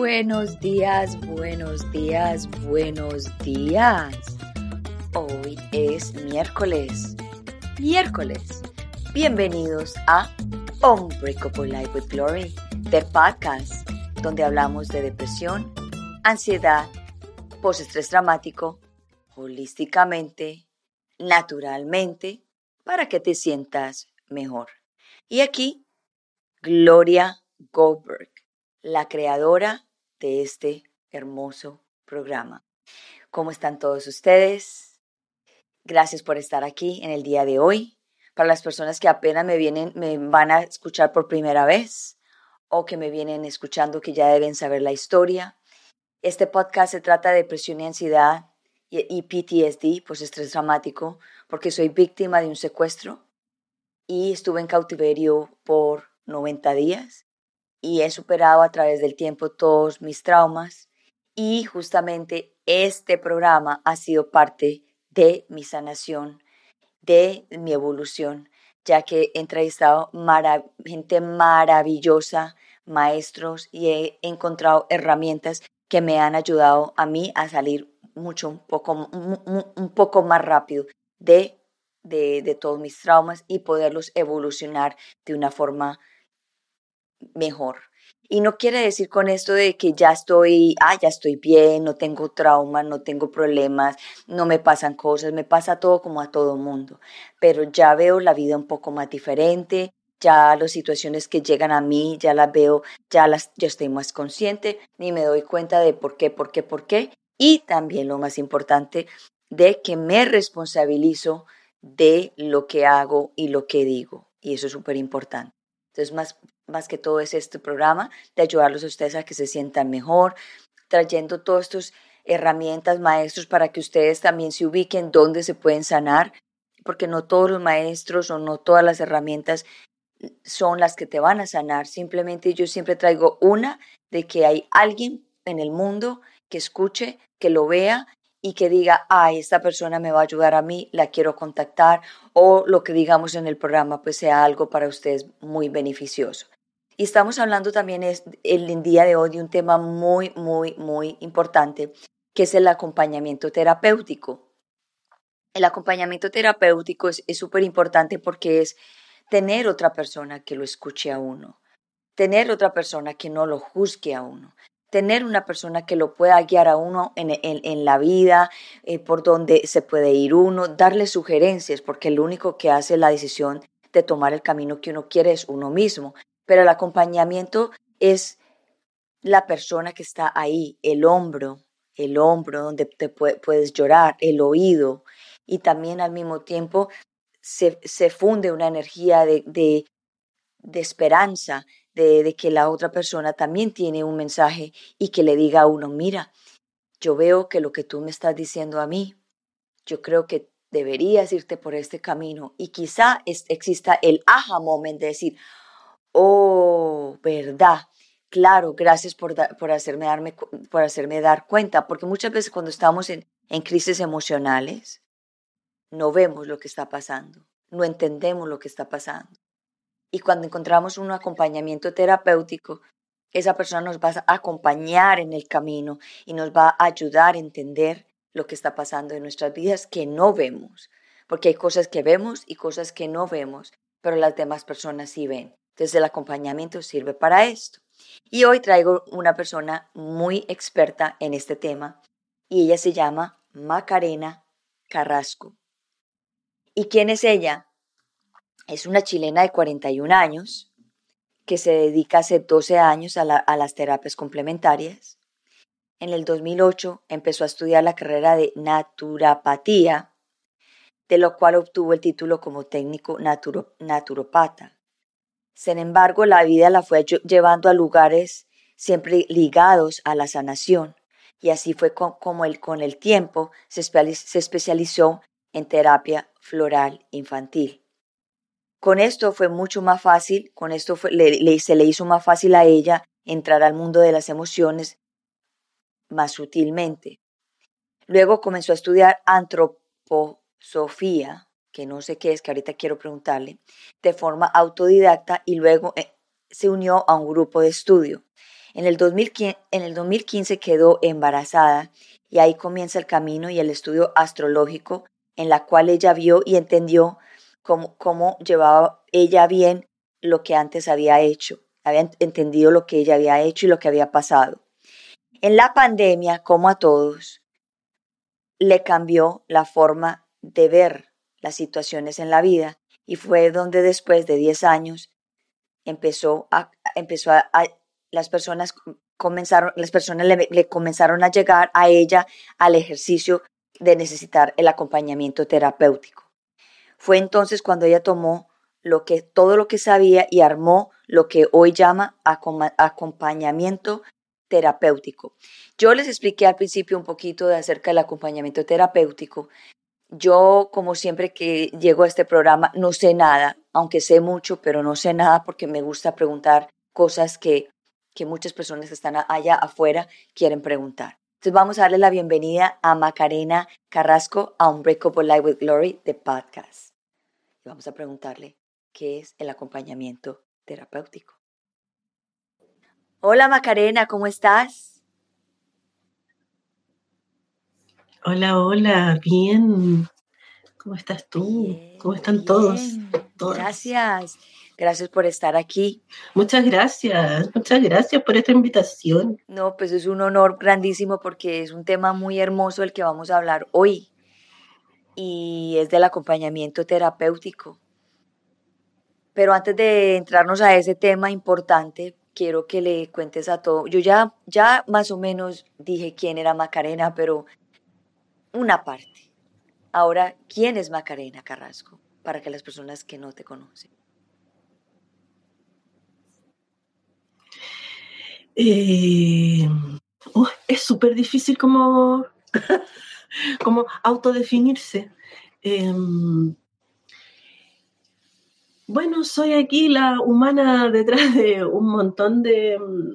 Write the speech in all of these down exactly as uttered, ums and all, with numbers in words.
Buenos días, buenos días, buenos días. Hoy es miércoles. Miércoles. Bienvenidos a Unbreakable Life with Glory, the podcast donde hablamos de depresión, ansiedad, postestrés dramático, holísticamente, naturalmente, para que te sientas mejor. Y aquí, Gloria Goldberg, la creadora de este hermoso programa. ¿Cómo están todos ustedes? Gracias por estar aquí en el día de hoy. Para las personas que apenas me vienen, me van a escuchar por primera vez o que me vienen escuchando que ya deben saber la historia. Este podcast se trata de depresión y ansiedad y, y P T S D, pues estrés dramático, porque soy víctima de un secuestro y estuve en cautiverio por noventa días. Y he superado a través del tiempo todos mis traumas y justamente este programa ha sido parte de mi sanación, de mi evolución, ya que he entrevistado marav- gente maravillosa, maestros, y he encontrado herramientas que me han ayudado a mí a salir mucho, un poco, un, un- un poco más rápido de, de, de todos mis traumas y poderlos evolucionar de una forma mejor. Y no quiere decir con esto de que ya estoy, ah, ya estoy bien, no tengo traumas, no tengo problemas, no me pasan cosas, me pasa todo como a todo mundo. Pero ya veo la vida un poco más diferente, ya las situaciones que llegan a mí, ya las veo, ya las, ya estoy más consciente y me doy cuenta de por qué, por qué, por qué. Y también lo más importante, de que me responsabilizo de lo que hago y lo que digo. Y eso es súper importante. Entonces, más, más que todo es este programa de ayudarlos a ustedes a que se sientan mejor, trayendo todas estas herramientas, maestros, para que ustedes también se ubiquen dónde se pueden sanar, porque no todos los maestros o no todas las herramientas son las que te van a sanar. Simplemente yo siempre traigo una de que hay alguien en el mundo que escuche, que lo vea y que diga, ay, esta persona me va a ayudar a mí, la quiero contactar, o lo que digamos en el programa pues sea algo para ustedes muy beneficioso. Y estamos hablando también es, el día de hoy de un tema muy, muy, muy importante, que es el acompañamiento terapéutico. El acompañamiento terapéutico es súper importante porque es tener otra persona que lo escuche a uno, tener otra persona que no lo juzgue a uno, tener una persona que lo pueda guiar a uno en, en, en la vida, eh, por donde se puede ir uno, darle sugerencias, porque el único que hace la decisión de tomar el camino que uno quiere es uno mismo. Pero el acompañamiento es la persona que está ahí, el hombro, el hombro donde te puede, puedes llorar, el oído, y también al mismo tiempo se, se funde una energía de, de de esperanza, de, de que la otra persona también tiene un mensaje y que le diga a uno, mira, yo veo que lo que tú me estás diciendo a mí, yo creo que deberías irte por este camino y quizá es, exista el aha moment de decir, oh, verdad, claro, gracias por, da, por, hacerme, darme, por hacerme dar cuenta, porque muchas veces cuando estamos en, en crisis emocionales, no vemos lo que está pasando, no entendemos lo que está pasando. Y cuando encontramos un acompañamiento terapéutico, esa persona nos va a acompañar en el camino y nos va a ayudar a entender lo que está pasando en nuestras vidas que no vemos. Porque hay cosas que vemos y cosas que no vemos, pero las demás personas sí ven. Entonces el acompañamiento sirve para esto. Y hoy traigo una persona muy experta en este tema y ella se llama Macarena Carrasco. ¿Y quién es ella? Es una chilena de cuarenta y un años que se dedica hace doce años a, la, a las terapias complementarias. En el dos mil ocho empezó a estudiar la carrera de naturopatía, de lo cual obtuvo el título como técnico naturo, naturopata. Sin embargo, la vida la fue llevando a lugares siempre ligados a la sanación, y así fue con, como él con el tiempo se, se especializó en terapia floral infantil. Con esto fue mucho más fácil, con esto fue, le, le, se le hizo más fácil a ella entrar al mundo de las emociones más sutilmente. Luego comenzó a estudiar antroposofía, que no sé qué es, que ahorita quiero preguntarle, de forma autodidacta y luego eh, se unió a un grupo de estudio. En el dos mil quince, en el dos mil quince quedó embarazada y ahí comienza el camino y el estudio astrológico en la cual ella vio y entendió cómo, cómo llevaba ella bien lo que antes había hecho, había entendido lo que ella había hecho y lo que había pasado. En la pandemia, como a todos, le cambió la forma de ver las situaciones en la vida y fue donde después de diez años empezó a, empezó a, a las personas comenzaron, las personas le, le comenzaron a llegar a ella al ejercicio de necesitar el acompañamiento terapéutico. Fue entonces cuando ella tomó lo que, todo lo que sabía y armó lo que hoy llama acompañamiento terapéutico. Yo les expliqué al principio un poquito de acerca del acompañamiento terapéutico. Yo, como siempre que llego a este programa, no sé nada, aunque sé mucho, pero no sé nada porque me gusta preguntar cosas que, que muchas personas que están allá afuera quieren preguntar. Entonces vamos a darle la bienvenida a Macarena Carrasco a Unbreakable Life with Glory de podcast. Y vamos a preguntarle qué es el acompañamiento terapéutico. Hola Macarena, ¿cómo estás? Hola, hola, bien. ¿Cómo estás tú? Bien, ¿Cómo están bien. todos? Todas. Gracias. Gracias por estar aquí. Muchas gracias, muchas gracias por esta invitación. No, pues es un honor grandísimo porque es un tema muy hermoso el que vamos a hablar hoy y es del acompañamiento terapéutico. Pero antes de entrarnos a ese tema importante, quiero que le cuentes a todo. Yo ya, ya más o menos dije quién era Macarena, pero una parte. Ahora, ¿quién es Macarena Carrasco? Para que las personas que no te conocen. Eh, uh, es súper difícil como, como autodefinirse. Eh, bueno, soy aquí la humana detrás de un montón de,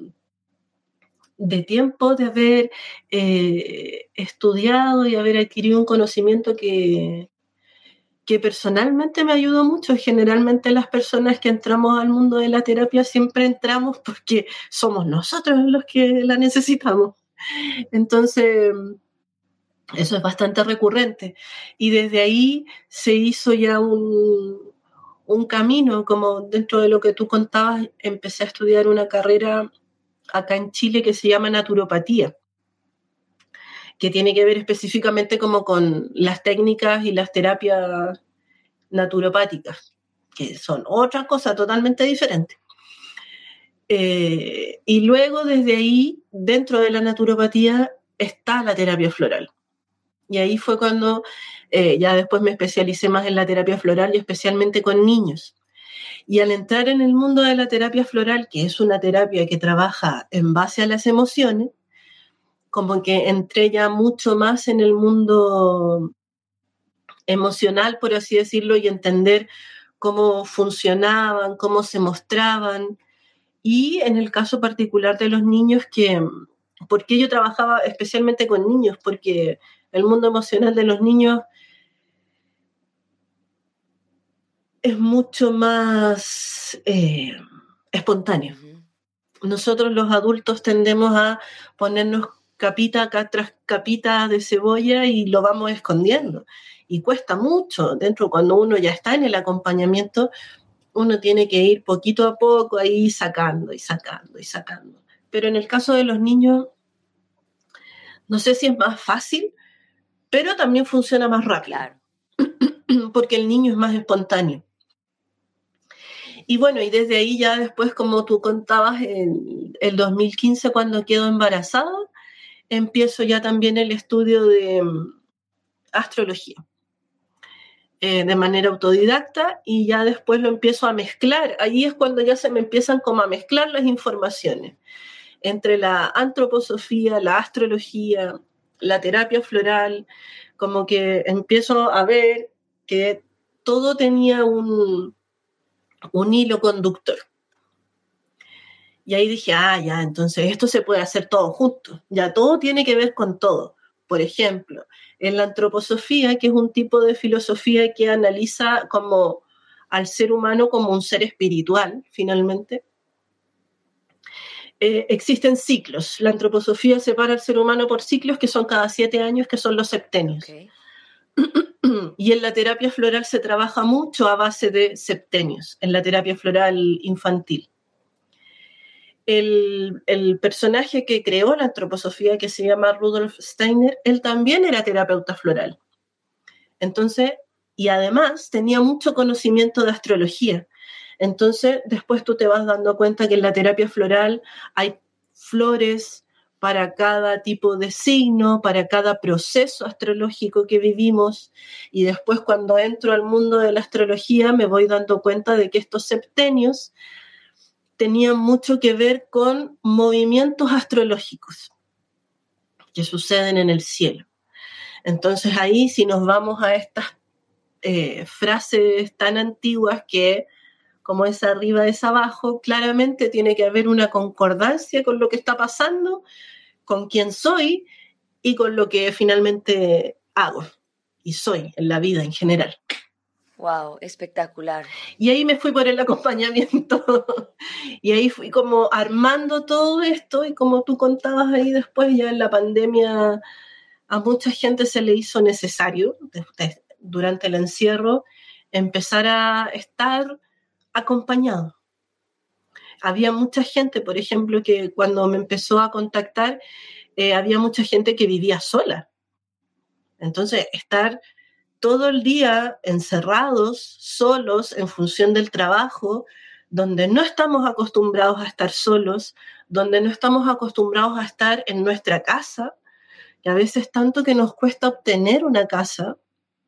de tiempo de haber eh, estudiado y haber adquirido un conocimiento que, que personalmente me ayudó mucho. Generalmente las personas que entramos al mundo de la terapia siempre entramos porque somos nosotros los que la necesitamos. Entonces, eso es bastante recurrente. Y desde ahí se hizo ya un, un camino, como dentro de lo que tú contabas, empecé a estudiar una carrera acá en Chile que se llama naturopatía, que tiene que ver específicamente como con las técnicas y las terapias naturopáticas, que son otra cosa totalmente diferente. Eh, y luego desde ahí, dentro de la naturopatía, está la terapia floral. Y ahí fue cuando eh, ya después me especialicé más en la terapia floral y especialmente con niños. Y al entrar en el mundo de la terapia floral, que es una terapia que trabaja en base a las emociones, como que entré ya mucho más en el mundo emocional, por así decirlo, y entender cómo funcionaban, cómo se mostraban. Y en el caso particular de los niños, que, porque yo trabajaba especialmente con niños, porque el mundo emocional de los niños es mucho más eh, espontáneo. Uh-huh. Nosotros los adultos tendemos a ponernos capita tras capita de cebolla y lo vamos escondiendo. Sí. Y cuesta mucho. Dentro, cuando uno ya está en el acompañamiento, uno tiene que ir poquito a poco ahí sacando y sacando y sacando. Pero en el caso de los niños, no sé si es más fácil, pero también funciona más rápido. Claro. Porque el niño es más espontáneo. Y bueno, y desde ahí ya después, como tú contabas, en el dos mil quince, cuando quedo embarazada, empiezo ya también el estudio de um, astrología. Eh, de manera autodidacta, y ya después lo empiezo a mezclar. Ahí es cuando ya se me empiezan como a mezclar las informaciones entre la antroposofía, la astrología, la terapia floral, como que empiezo a ver que todo tenía un, un hilo conductor. Y ahí dije, ah, ya, entonces esto se puede hacer todo junto, ya todo tiene que ver con todo. Por ejemplo, en la antroposofía, que es un tipo de filosofía que analiza como al ser humano como un ser espiritual, finalmente, Eh, existen ciclos. La antroposofía separa al ser humano por ciclos que son cada siete años, que son los septenios. Okay. Y en la terapia floral se trabaja mucho a base de septenios, en la terapia floral infantil. El, el personaje que creó la antroposofía, que se llama Rudolf Steiner, él también era terapeuta floral. Entonces, y además tenía mucho conocimiento de astrología. Entonces, después tú te vas dando cuenta que en la terapia floral hay flores para cada tipo de signo, para cada proceso astrológico que vivimos, y después cuando entro al mundo de la astrología me voy dando cuenta de que estos septenios tenían mucho que ver con movimientos astrológicos que suceden en el cielo. Entonces ahí, si nos vamos a estas eh, frases tan antiguas que como es arriba es abajo, claramente tiene que haber una concordancia con lo que está pasando, con quién soy y con lo que finalmente hago y soy en la vida en general. Wow, espectacular. Y ahí me fui por el acompañamiento y ahí fui como armando todo esto, y como tú contabas ahí después, ya en la pandemia a mucha gente se le hizo necesario durante el encierro empezar a estar acompañado. Había mucha gente, por ejemplo, que cuando me empezó a contactar, eh, había mucha gente que vivía sola. Entonces, estar todo el día encerrados, solos, en función del trabajo, donde no estamos acostumbrados a estar solos, donde no estamos acostumbrados a estar en nuestra casa, y a veces tanto que nos cuesta obtener una casa,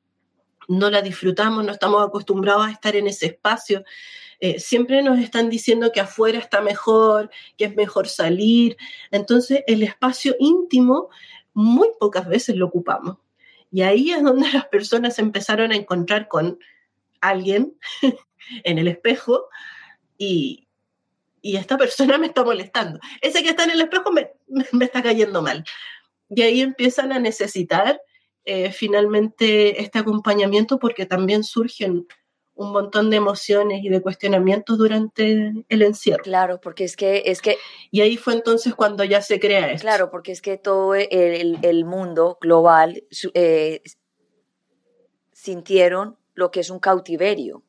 no la disfrutamos, no estamos acostumbrados a estar en ese espacio. Eh, siempre nos están diciendo que afuera está mejor, que es mejor salir. Entonces, el espacio íntimo muy pocas veces lo ocupamos. Y ahí es donde las personas se empezaron a encontrar con alguien en el espejo y, y esta persona me está molestando. Ese que está en el espejo me, me está cayendo mal. Y ahí empiezan a necesitar eh, finalmente este acompañamiento, porque también surgen un montón de emociones y de cuestionamientos durante el encierro. Claro, porque es que, es que... Y ahí fue entonces cuando ya se crea esto. Claro, porque es que todo el, el mundo global eh, sintieron lo que es un cautiverio.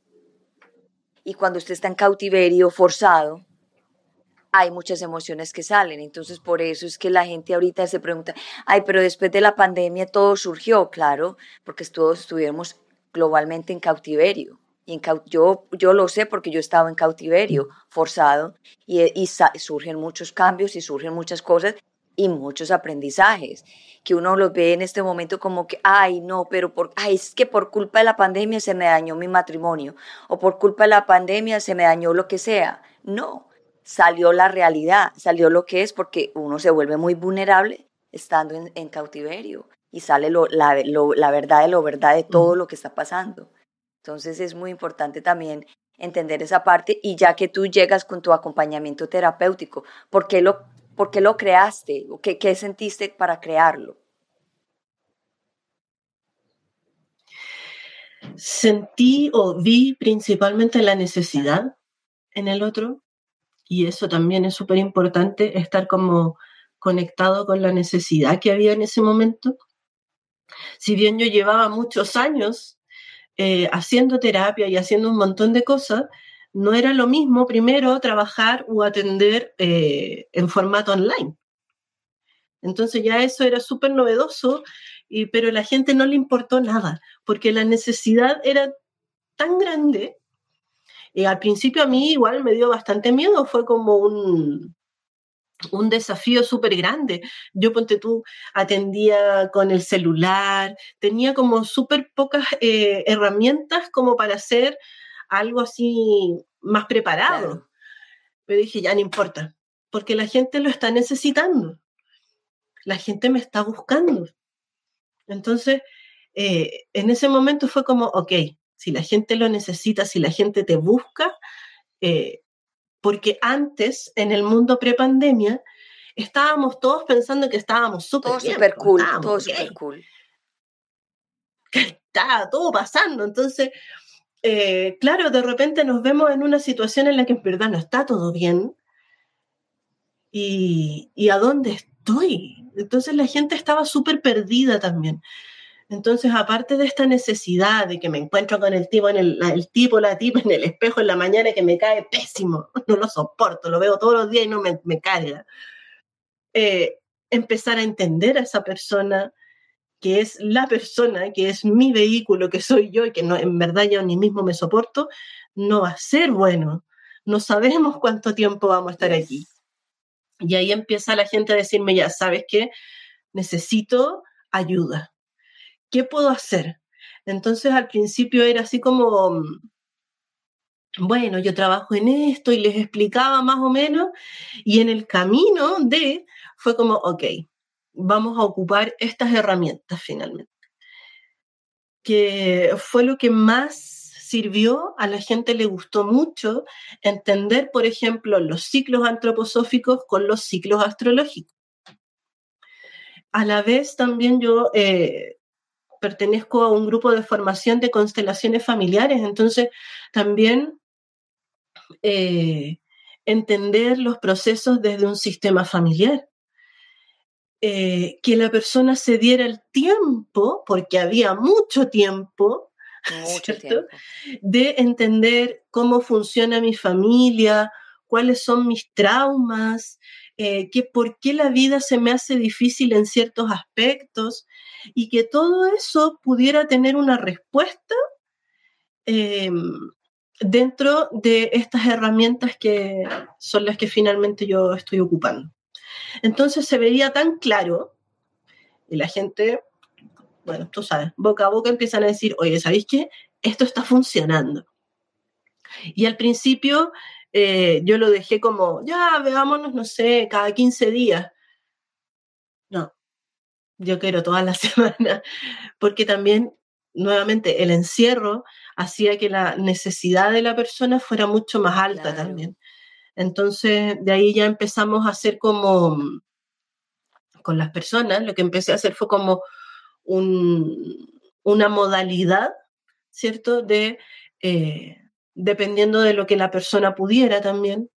Y cuando usted está en cautiverio forzado, hay muchas emociones que salen. Entonces, por eso es que la gente ahorita se pregunta, ay, pero después de la pandemia todo surgió. Claro, porque todos estuvimos globalmente en cautiverio. Y en, yo, yo lo sé porque yo estaba en cautiverio forzado y, y surgen muchos cambios y surgen muchas cosas y muchos aprendizajes que uno los ve en este momento como que, ay, no, pero por, ay, es que por culpa de la pandemia se me dañó mi matrimonio o por culpa de la pandemia se me dañó lo que sea. No, salió la realidad, salió lo que es, porque uno se vuelve muy vulnerable estando en, en cautiverio y sale lo, la, lo, la verdad de lo verdad de todo uh-huh. lo que está pasando. Entonces es muy importante también entender esa parte, y ya que tú llegas con tu acompañamiento terapéutico, ¿por qué lo, por qué lo creaste? ¿Qué, ¿Qué sentiste para crearlo? Sentí o vi principalmente la necesidad en el otro, y eso también es súper importante, estar como conectado con la necesidad que había en ese momento. Si bien yo llevaba muchos años Eh, haciendo terapia y haciendo un montón de cosas, no era lo mismo primero trabajar o atender eh, en formato online. Entonces ya eso era súper novedoso, y, pero a la gente no le importó nada, porque la necesidad era tan grande. Y al principio a mí igual me dio bastante miedo, fue como un... un desafío súper grande. Yo, ponte tú, atendía con el celular, tenía como súper pocas eh, herramientas como para hacer algo así más preparado. Claro. Pero dije, ya no importa, porque la gente lo está necesitando. La gente me está buscando. Entonces, eh, en ese momento fue como, ok, si la gente lo necesita, si la gente te busca, eh, porque antes, en el mundo prepandemia, estábamos todos pensando que estábamos súper todo bien. Super cool, todo okay. súper cool. Estaba todo pasando. Entonces, eh, claro, de repente nos vemos en una situación en la que en verdad no está todo bien. y, y a dónde estoy. Entonces la gente estaba súper perdida también. Entonces, aparte de esta necesidad de que me encuentro con el tipo, en el, el tipo, la tipa en el espejo en la mañana que me cae pésimo, no lo soporto, lo veo todos los días y no me, me carga. Eh, empezar a entender a esa persona, que es la persona, que es mi vehículo, que soy yo y que no, en verdad yo ni mismo me soporto, no va a ser bueno. No sabemos cuánto tiempo vamos a estar yes. aquí. Y ahí empieza la gente a decirme, ya, ¿sabes qué? Necesito ayuda. ¿Qué puedo hacer? Entonces al principio era así como, bueno, yo trabajo en esto y les explicaba más o menos, y en el camino de, fue como, ok, vamos a ocupar estas herramientas finalmente. Que fue lo que más sirvió, a la gente le gustó mucho entender, por ejemplo, los ciclos antroposóficos con los ciclos astrológicos. A la vez también yo eh, pertenezco a un grupo de formación de constelaciones familiares, entonces también eh, entender los procesos desde un sistema familiar. Eh, que la persona se diera el tiempo, porque había mucho tiempo, mucho ¿cierto? tiempo, de entender cómo funciona mi familia, cuáles son mis traumas, eh, que por qué la vida se me hace difícil en ciertos aspectos, y que todo eso pudiera tener una respuesta eh, dentro de estas herramientas que son las que finalmente yo estoy ocupando. Entonces se veía tan claro, y la gente, bueno, tú sabes, boca a boca empiezan a decir, oye, ¿sabéis qué? Esto está funcionando. Y al principio eh, yo lo dejé como, ya, veámonos, no sé, cada quince días. No, yo quiero toda la semana, porque también, nuevamente, el encierro hacía que la necesidad de la persona fuera mucho más alta, claro. También. Entonces, de ahí ya empezamos a hacer como, con las personas, lo que empecé a hacer fue como un, una modalidad, ¿cierto? De, eh, dependiendo de lo que la persona pudiera también,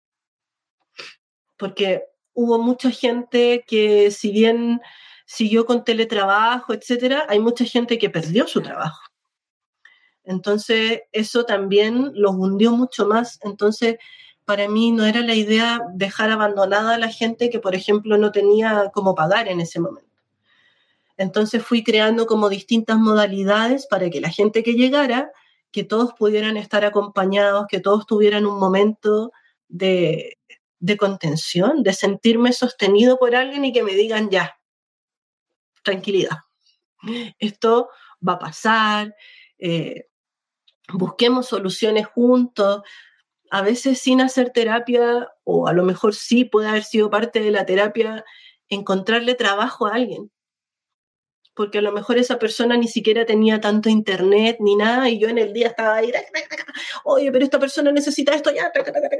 porque hubo mucha gente que, si bien siguió con teletrabajo, etcétera, hay mucha gente que perdió su trabajo. Entonces, eso también los hundió mucho más. Entonces, para mí no era la idea dejar abandonada a la gente que, por ejemplo, no tenía cómo pagar en ese momento. Entonces fui creando como distintas modalidades para que la gente que llegara, que todos pudieran estar acompañados, que todos tuvieran un momento de, de contención, de sentirme sostenido por alguien y que me digan, ya, tranquilidad, esto va a pasar, eh, busquemos soluciones juntos, a veces sin hacer terapia, o a lo mejor sí puede haber sido parte de la terapia, encontrarle trabajo a alguien. Porque a lo mejor esa persona ni siquiera tenía tanto internet ni nada, y yo en el día estaba ahí, oye, pero esta persona necesita esto ya.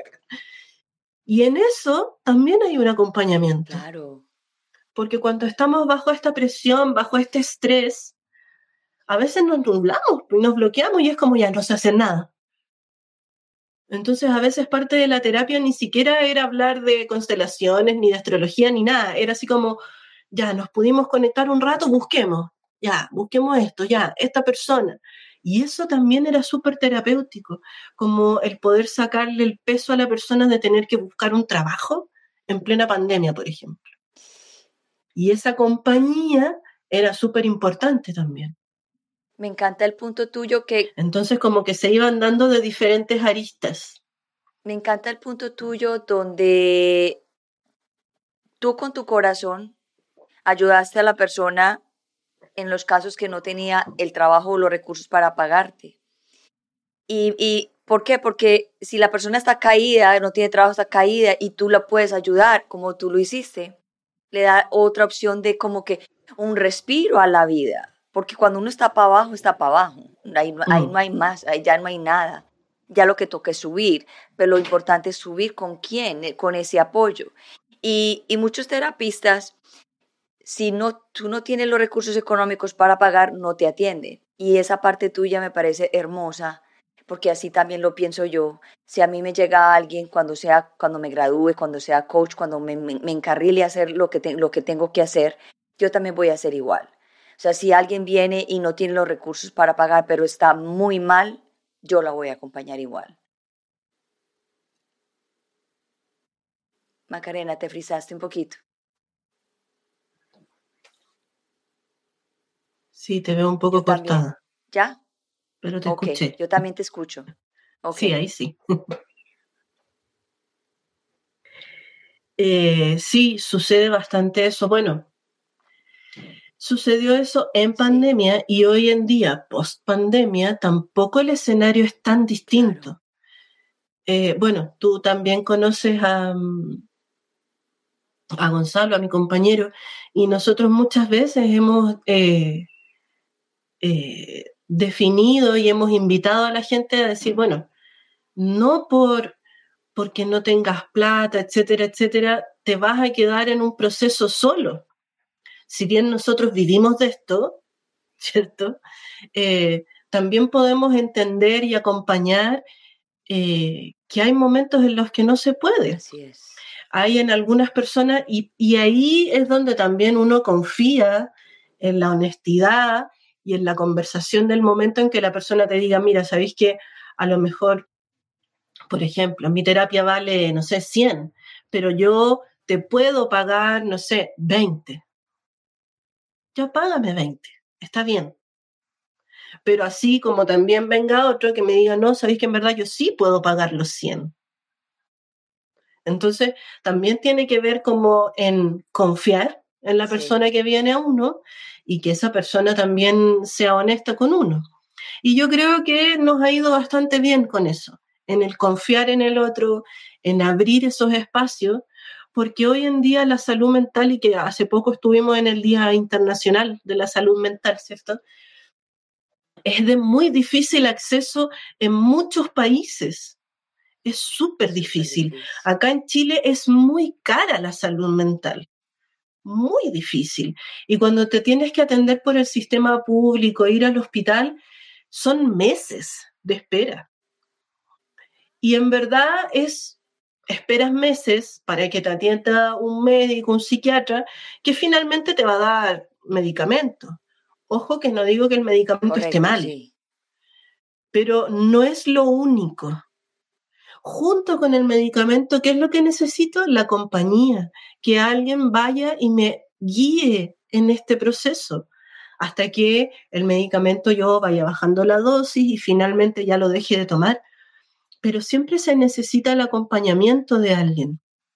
Y en eso también hay un acompañamiento. Claro. Porque cuando estamos bajo esta presión, bajo este estrés, a veces nos nublamos, nos bloqueamos y es como ya no se hace nada. Entonces a veces parte de la terapia ni siquiera era hablar de constelaciones, ni de astrología, ni nada. Era así como, ya, nos pudimos conectar un rato, busquemos. Ya, busquemos esto, ya, esta persona. Y eso también era súper terapéutico, como el poder sacarle el peso a la persona de tener que buscar un trabajo en plena pandemia, por ejemplo. Y esa compañía era súper importante también. Me encanta el punto tuyo que... Entonces como que se iban dando de diferentes aristas. Me encanta el punto tuyo donde tú con tu corazón ayudaste a la persona en los casos que no tenía el trabajo o los recursos para pagarte. ¿Y, y por qué? Porque si la persona está caída, no tiene trabajo, está caída y tú la puedes ayudar como tú lo hiciste, le da otra opción de como que un respiro a la vida. Porque cuando uno está para abajo, está para abajo. Ahí, mm. ahí no hay más, ahí ya no hay nada. Ya lo que toca es subir, pero lo importante es subir con quién, con ese apoyo. Y, y muchos terapistas, si no, tú no tienes los recursos económicos para pagar, no te atienden. Y esa parte tuya me parece hermosa, porque así también lo pienso yo. Si a mí me llega alguien cuando sea, cuando me gradúe, cuando sea coach, cuando me, me, me encarrile a hacer lo que, te, lo que tengo que hacer, yo también voy a hacer igual. O sea, si alguien viene y no tiene los recursos para pagar, pero está muy mal, yo la voy a acompañar igual. Macarena, te frisaste un poquito. Sí, te veo un Yo poco también. cortada, ¿Ya? pero te Ok, escuché. yo también te escucho. Ok. Sí, ahí sí. Eh, sí, sucede bastante eso. Bueno, sucedió eso en Sí, pandemia y hoy en día, post pandemia, tampoco el escenario es tan claro. distinto. Eh, bueno, tú también conoces a, mm, a Gonzalo, a mi compañero, y nosotros muchas veces hemos eh, eh, definido y hemos invitado a la gente a decir, bueno, no por porque no tengas plata, etcétera, etcétera, te vas a quedar en un proceso solo. Si bien nosotros vivimos de esto, ¿cierto? Eh, también podemos entender y acompañar eh, que hay momentos en los que no se puede. Así es. Hay en algunas personas, y, y ahí es donde también uno confía en la honestidad y en la conversación del momento en que la persona te diga, mira, ¿sabéis que a lo mejor, por ejemplo, mi terapia vale, no sé, cien, pero yo te puedo pagar, no sé, veinte? Ya págame veinte, está bien. Pero así como también venga otro que me diga, no, sabéis que en verdad yo sí puedo pagar los cien. Entonces, también tiene que ver como en confiar en la Sí, persona que viene a uno y que esa persona también sea honesta con uno. Y yo creo que nos ha ido bastante bien con eso, en el confiar en el otro, en abrir esos espacios, porque hoy en día la salud mental, y que hace poco estuvimos en el Día Internacional de la Salud Mental, ¿cierto? Es de muy difícil acceso en muchos países. Es súper súper difícil. difícil. Acá en Chile es muy cara la salud mental, muy difícil. Y cuando te tienes que atender por el sistema público, ir al hospital, son meses de espera. Y en verdad es, esperas meses para que te atienda un médico, un psiquiatra, que finalmente te va a dar medicamento. Ojo que no digo que el medicamento esté Correcto, mal, sí. pero no es lo único. Junto con el medicamento, ¿qué es lo que necesito? La compañía, que alguien vaya y me guíe en este proceso hasta que el medicamento yo vaya bajando la dosis y finalmente ya lo deje de tomar. Pero siempre se necesita el acompañamiento de alguien.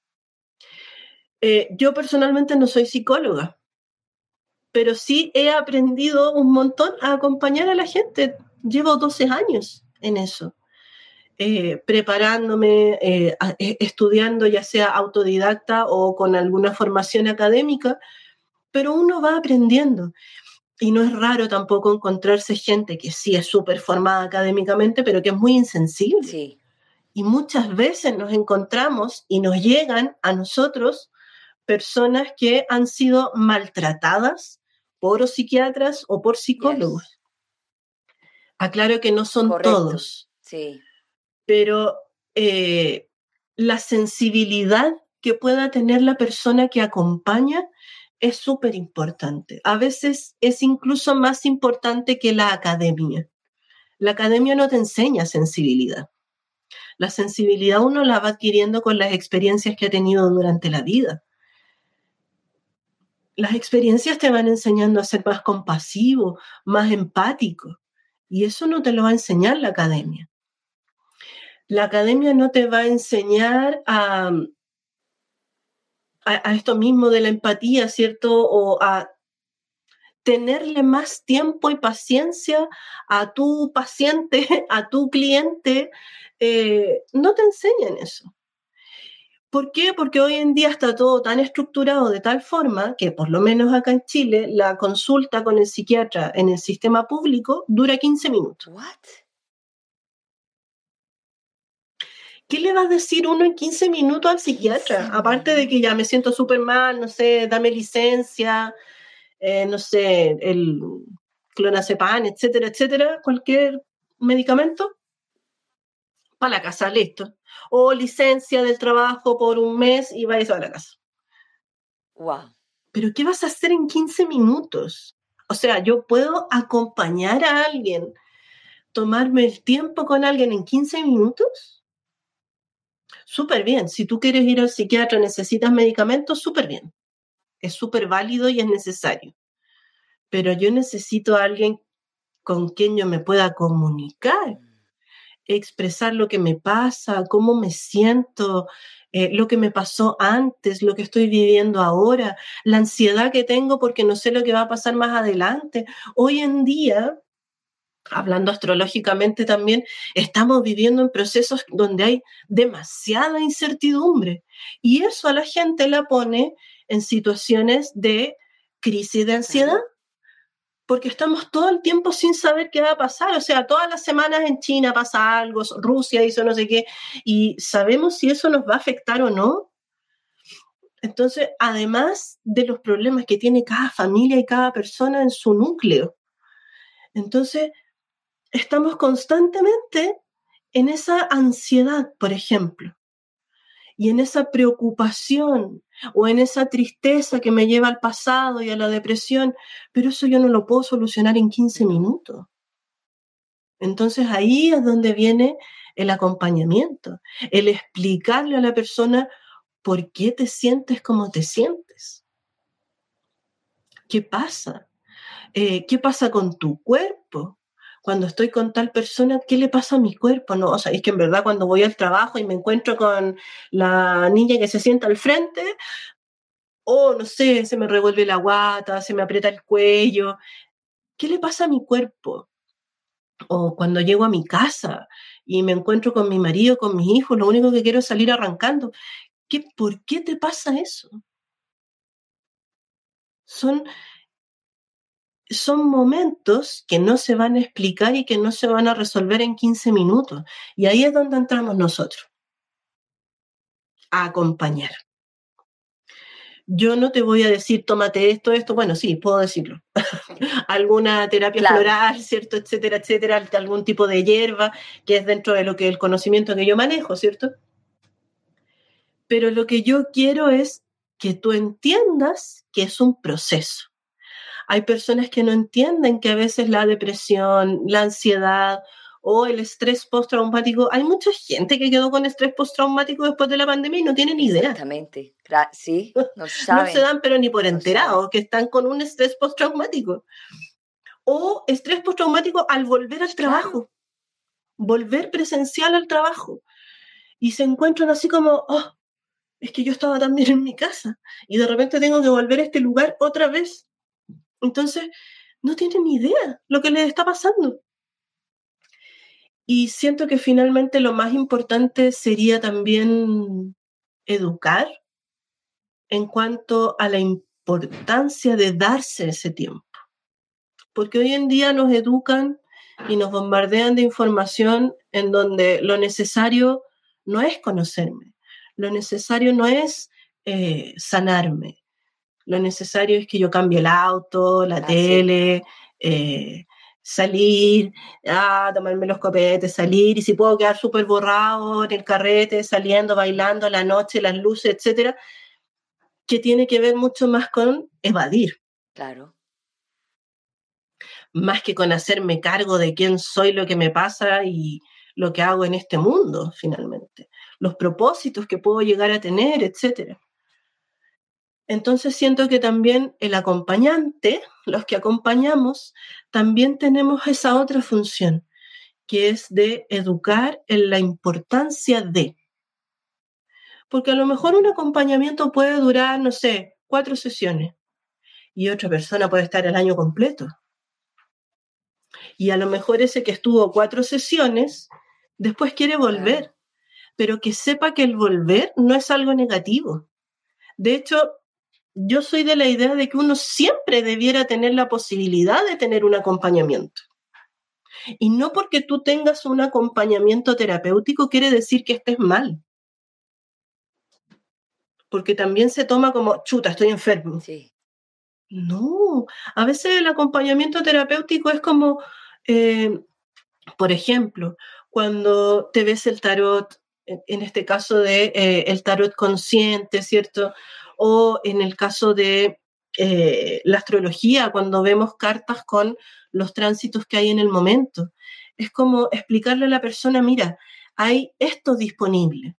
Eh, yo personalmente no soy psicóloga, pero sí he aprendido un montón a acompañar a la gente. Llevo doce años en eso. Eh, preparándome, eh, a, eh, estudiando ya sea autodidacta o con alguna formación académica, pero uno va aprendiendo. Y no es raro tampoco encontrarse gente que sí es súper formada académicamente, pero que es muy insensible. Sí, Y muchas veces nos encontramos y nos llegan a nosotros personas que han sido maltratadas por psiquiatras o por psicólogos. yes. Aclaro que no son Correcto, todos, sí. pero eh, la sensibilidad que pueda tener la persona que acompaña es súper importante. A veces es incluso más importante que la academia. La academia no te enseña sensibilidad. La sensibilidad uno la va adquiriendo con las experiencias que ha tenido durante la vida. Las experiencias te van enseñando a ser más compasivo, más empático. Y eso no te lo va a enseñar la academia. La academia no te va a enseñar a, a, a esto mismo de la empatía, ¿cierto? O a tenerle más tiempo y paciencia a tu paciente, a tu cliente. Eh, no te enseñan eso. ¿Por qué? Porque hoy en día está todo tan estructurado de tal forma que, por lo menos acá en Chile, la consulta con el psiquiatra en el sistema público dura quince minutos. What? ¿Qué le va a decir uno en quince minutos al psiquiatra? quince Aparte de que ya me minutos. siento súper mal, no sé, dame licencia, eh, no sé, el clonazepam, etcétera, etcétera, cualquier medicamento. para la casa, listo. O licencia del trabajo por un mes y vais a la casa. Wow. Pero ¿qué vas a hacer en quince minutos? O sea, yo puedo acompañar a alguien, tomarme el tiempo con alguien en quince minutos. Súper bien. Si tú quieres ir al psiquiatra, necesitas medicamentos, súper bien. Es súper válido y es necesario. Pero yo necesito a alguien con quien yo me pueda comunicar, expresar lo que me pasa, cómo me siento, eh, lo que me pasó antes, lo que estoy viviendo ahora, la ansiedad que tengo porque no sé lo que va a pasar más adelante. Hoy en día, hablando astrológicamente también, estamos viviendo en procesos donde hay demasiada incertidumbre y eso a la gente la pone en situaciones de crisis de ansiedad. Claro. Porque estamos todo el tiempo sin saber qué va a pasar. O sea, todas las semanas en China pasa algo, Rusia hizo no sé qué, y sabemos si eso nos va a afectar o no. Entonces, además de los problemas que tiene cada familia y cada persona en su núcleo. Entonces, estamos constantemente en esa ansiedad, por ejemplo, y en esa preocupación o en esa tristeza que me lleva al pasado y a la depresión, pero eso yo no lo puedo solucionar en quince minutos. Entonces ahí es donde viene el acompañamiento, el explicarle a la persona por qué te sientes como te sientes. ¿Qué pasa? Eh, ¿Qué pasa con tu cuerpo? Cuando estoy con tal persona, ¿qué le pasa a mi cuerpo? No, o sea, es que en verdad cuando voy al trabajo y me encuentro con la niña que se sienta al frente, o oh, no sé, se me revuelve la guata, se me aprieta el cuello. ¿Qué le pasa a mi cuerpo? O cuando llego a mi casa y me encuentro con mi marido, con mis hijos, lo único que quiero es salir arrancando. ¿Qué, ¿Por qué te pasa eso? Son, son momentos que no se van a explicar y que no se van a resolver en quince minutos. Y ahí es donde entramos nosotros, a acompañar. Yo no te voy a decir, tómate esto, esto, bueno, sí, puedo decirlo. Alguna terapia claro. floral, ¿cierto? Etcétera, etcétera, algún tipo de hierba, que es dentro de lo que el conocimiento que yo manejo, ¿cierto? Pero lo que yo quiero es que tú entiendas que es un proceso. Hay personas que no entienden que a veces la depresión, la ansiedad o el estrés postraumático, hay mucha gente que quedó con estrés postraumático después de la pandemia y no tienen ni idea. Exactamente, sí, no saben. No se dan pero ni por enterado no que están con un estrés postraumático. O estrés postraumático al volver al trabajo, claro. Volver presencial al trabajo. Y se encuentran así como, oh, es que yo estaba también en mi casa y de repente tengo que volver a este lugar otra vez. Entonces, no tienen ni idea lo que les está pasando. Y siento que finalmente lo más importante sería también educar en cuanto a la importancia de darse ese tiempo. Porque hoy en día nos educan y nos bombardean de información en donde lo necesario no es conocerme, lo necesario no es eh, sanarme, lo necesario es que yo cambie el auto, la ah, tele, sí. eh, salir, ah, tomarme los copetes, salir, y si puedo quedar súper borrado en el carrete, saliendo, bailando, la noche, las luces, etcétera, que tiene que ver mucho más con evadir. Claro. Más que con hacerme cargo de quién soy, lo que me pasa y lo que hago en este mundo, finalmente. Los propósitos que puedo llegar a tener, etcétera. Entonces siento que también el acompañante, los que acompañamos, también tenemos esa otra función, que es de educar en la importancia de. Porque a lo mejor un acompañamiento puede durar, no sé, cuatro sesiones y otra persona puede estar el año completo. Y a lo mejor ese que estuvo cuatro sesiones, después quiere volver, claro. Pero que sepa que el volver no es algo negativo. De hecho, yo soy de la idea de que uno siempre debiera tener la posibilidad de tener un acompañamiento. Y no porque tú tengas un acompañamiento terapéutico quiere decir que estés mal. Porque también se toma como, chuta, estoy enfermo. Sí. No, a veces el acompañamiento terapéutico es como, eh, Por ejemplo, cuando te ves el tarot, en este caso de eh, el tarot consciente, ¿cierto? O en el caso de eh, la astrología, cuando vemos cartas con los tránsitos que hay en el momento. Es como explicarle a la persona, mira, hay esto disponible.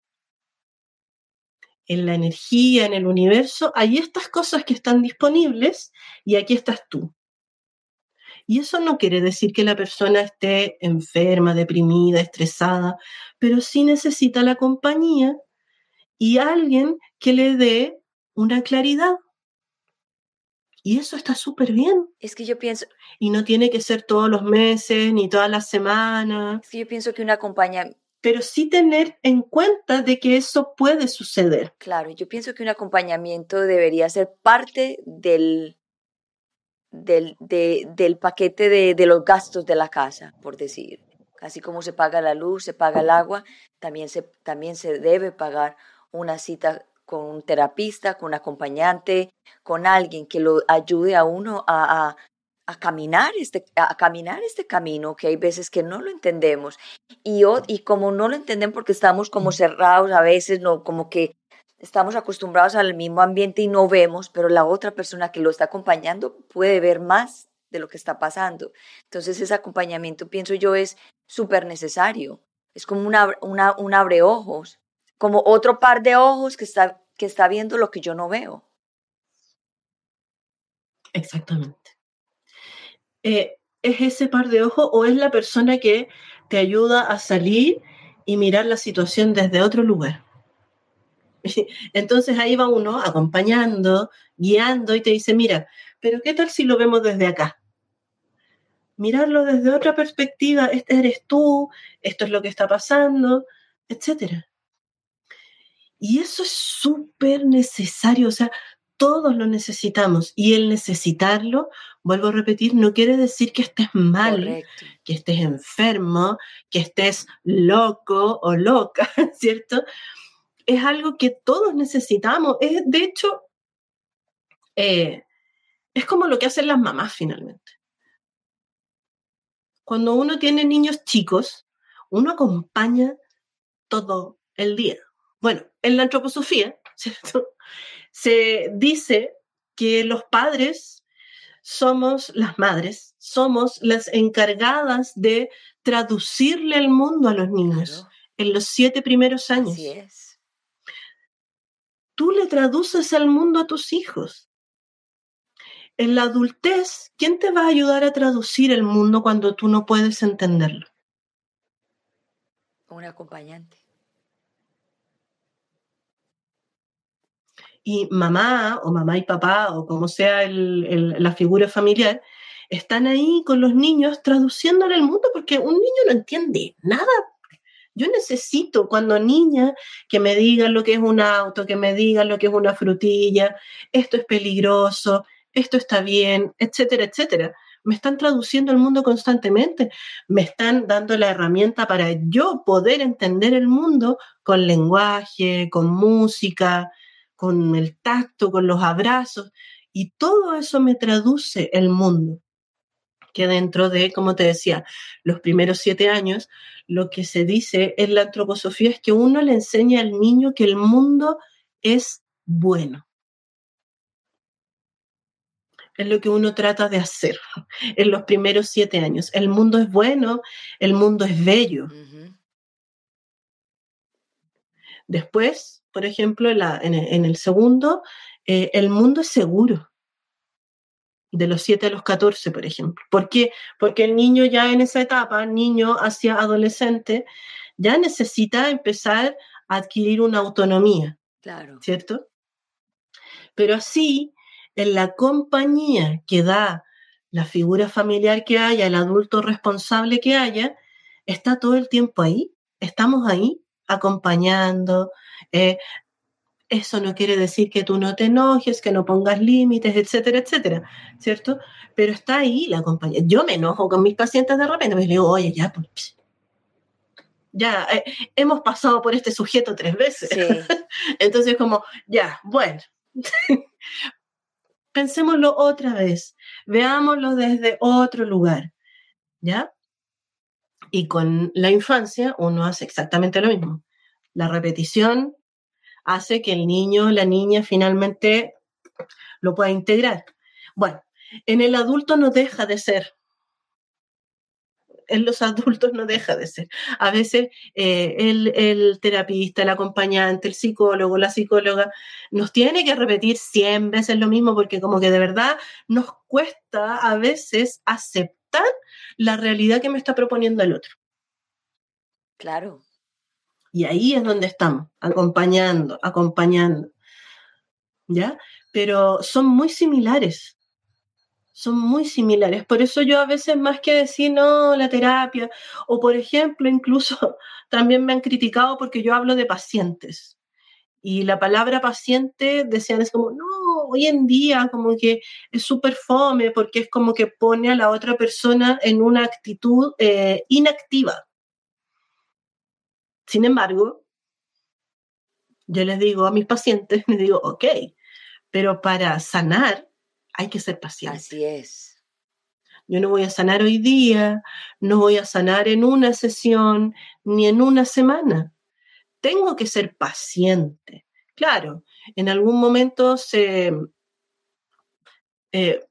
En la energía, en el universo, hay estas cosas que están disponibles y aquí estás tú. Y eso no quiere decir que la persona esté enferma, deprimida, estresada, pero sí necesita la compañía y alguien que le dé una claridad. Y eso está súper bien. Es que yo pienso... Y no tiene que ser todos los meses ni todas las semanas. Es que yo pienso que una acompañamiento... Pero sí tener en cuenta de que eso puede suceder. Claro, yo pienso que un acompañamiento debería ser parte del... Del, de, del paquete de, de los gastos de la casa, por decir. Así como se paga la luz, se paga el agua, también se, también se debe pagar una cita con un terapista, con un acompañante, con alguien que lo ayude a uno a, a, a caminar este, a caminar este camino, que hay veces que no lo entendemos. Y, y como no lo entendemos porque estamos como cerrados a veces, no, como que estamos acostumbrados al mismo ambiente y no vemos, pero la otra persona que lo está acompañando puede ver más de lo que está pasando. Entonces ese acompañamiento, pienso yo, es súper necesario. Es como una, una, un abreojos, como otro par de ojos que está, que está viendo lo que yo no veo. Exactamente. Eh, ¿Es ese par de ojos o es la persona que te ayuda a salir y mirar la situación desde otro lugar? Entonces ahí va uno acompañando, guiando y te dice, mira, pero ¿qué tal si lo vemos desde acá? Mirarlo desde otra perspectiva, este eres tú, esto es lo que está pasando, etcétera. Y eso es súper necesario, o sea, todos lo necesitamos. Y el necesitarlo, vuelvo a repetir, no quiere decir que estés mal, Correcto. Que estés enfermo, que estés loco o loca, ¿cierto? Es algo que todos necesitamos. Es, de hecho, eh, es como lo que hacen las mamás finalmente. Cuando uno tiene niños chicos, uno acompaña todo el día. Bueno, en la antroposofía, ¿cierto? Se dice que los padres somos las madres, somos las encargadas de traducirle el mundo a los niños Claro. en los siete primeros años. Así es. Tú le traduces el mundo a tus hijos. En la adultez, ¿quién te va a ayudar a traducir el mundo cuando tú no puedes entenderlo? Un acompañante. Y mamá o mamá y papá o como sea el, el, la figura familiar, están ahí con los niños traduciéndole el mundo porque un niño no entiende nada. Yo necesito cuando niña que me digan lo que es un auto, que me digan lo que es una frutilla, esto es peligroso, esto está bien, etcétera, etcétera. Me están traduciendo el mundo constantemente, me están dando la herramienta para yo poder entender el mundo con lenguaje, con música, con el tacto, con los abrazos, y todo eso me traduce el mundo. Que dentro de, como te decía, los primeros siete años, lo que se dice en la antroposofía es que uno le enseña al niño que el mundo es bueno. Es lo que uno trata de hacer en los primeros siete años. El mundo es bueno, el mundo es bello. Uh-huh. Después, por ejemplo, en, la, en, el, en el segundo, eh, el mundo es seguro. De los siete a los catorce, por ejemplo. ¿Por qué? Porque el niño ya en esa etapa, niño hacia adolescente, ya necesita empezar a adquirir una autonomía. Claro. ¿Cierto? Pero así, en la compañía que da la figura familiar que haya, el adulto responsable que haya, está todo el tiempo ahí. Estamos ahí acompañando. Eh, eso no quiere decir que tú no te enojes, que no pongas límites, etcétera, etcétera, ¿cierto? Pero está ahí la compañía. Yo me enojo con mis pacientes de repente, pues le digo, oye, ya, pues, ya, eh, hemos pasado por este sujeto tres veces. Sí. Entonces, como, ya, bueno, pensémoslo otra vez, veámoslo desde otro lugar, ¿ya? Y con la infancia uno hace exactamente lo mismo. La repetición hace que el niño, la niña finalmente lo pueda integrar. Bueno, en el adulto no deja de ser. En los adultos no deja de ser. A veces eh, el, el terapista, el acompañante, el psicólogo, la psicóloga, nos tiene que repetir cien veces lo mismo porque como que de verdad nos cuesta a veces aceptar la realidad que me está proponiendo el otro. Claro. Y ahí es donde estamos, acompañando, acompañando, ¿ya? Pero son muy similares, son muy similares. Por eso yo a veces más que decir, no, la terapia, o por ejemplo, incluso también me han criticado porque yo hablo de pacientes. Y la palabra paciente, decían, es como, no, hoy en día como que es súper fome porque es como que pone a la otra persona en una actitud eh, inactiva. Sin embargo, yo les digo a mis pacientes, les digo, ok, pero para sanar hay que ser paciente. Así es. Yo no voy a sanar hoy día, no voy a sanar en una sesión, ni en una semana. Tengo que ser paciente. Claro, en algún momento se... Eh,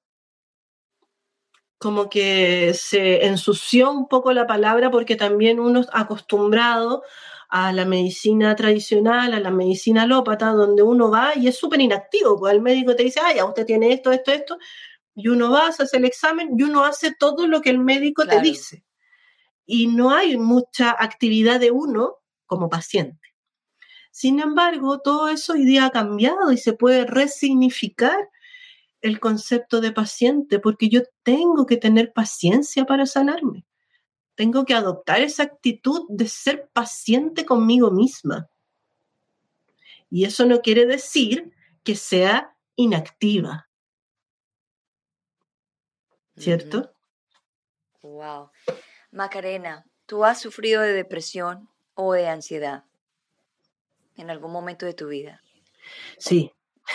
como que se ensució un poco la palabra porque también uno es acostumbrado a la medicina tradicional, a la medicina alópata, donde uno va y es súper inactivo, pues el médico te dice, ah, ya usted tiene esto, esto, esto, y uno va, se hace el examen y uno hace todo lo que el médico Claro. te dice. Y no hay mucha actividad de uno como paciente. Sin embargo, todo eso hoy día ha cambiado y se puede resignificar el concepto de paciente, porque yo tengo que tener paciencia para sanarme. Tengo que adoptar esa actitud de ser paciente conmigo misma. Y eso no quiere decir que sea inactiva. ¿Cierto? Uh-huh. Wow. Macarena, ¿tú has sufrido de depresión o de ansiedad en algún momento de tu vida? Sí.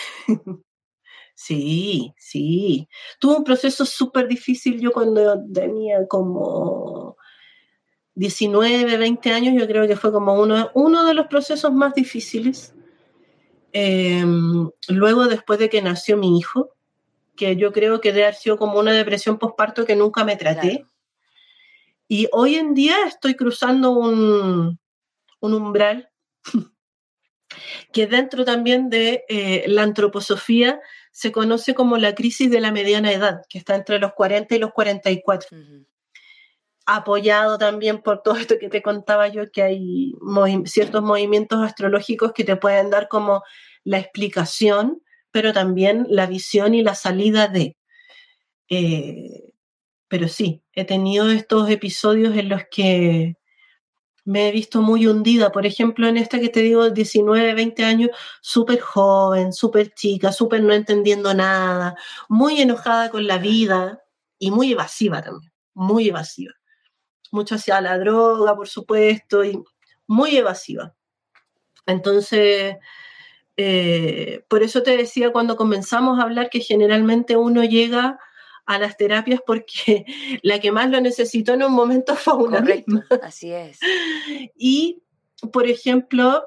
Sí, sí. Tuve un proceso súper difícil yo cuando tenía como diecinueve, veinte años, yo creo que fue como uno, uno de los procesos más difíciles. Eh, luego, después de que nació mi hijo, que yo creo que debe haber sido como una depresión postparto que nunca me traté. Claro. Y hoy en día estoy cruzando un, un umbral que dentro también de eh, la antroposofía se conoce como la crisis de la mediana edad, que está entre los cuarenta y los cuarenta y cuatro. Uh-huh. Apoyado también por todo esto que te contaba yo, que hay movi- ciertos movimientos astrológicos que te pueden dar como la explicación, pero también la visión y la salida de. Eh, pero sí, he tenido estos episodios en los que me he visto muy hundida, por ejemplo, en esta que te digo, diecinueve, veinte años, súper joven, súper chica, súper no entendiendo nada, muy enojada con la vida y muy evasiva también, muy evasiva. Mucho hacia la droga, por supuesto, y muy evasiva. Entonces, eh, por eso te decía cuando comenzamos a hablar que generalmente uno llega a las terapias porque la que más lo necesitó en un momento fue una Correcto, misma. así es. Y, por ejemplo,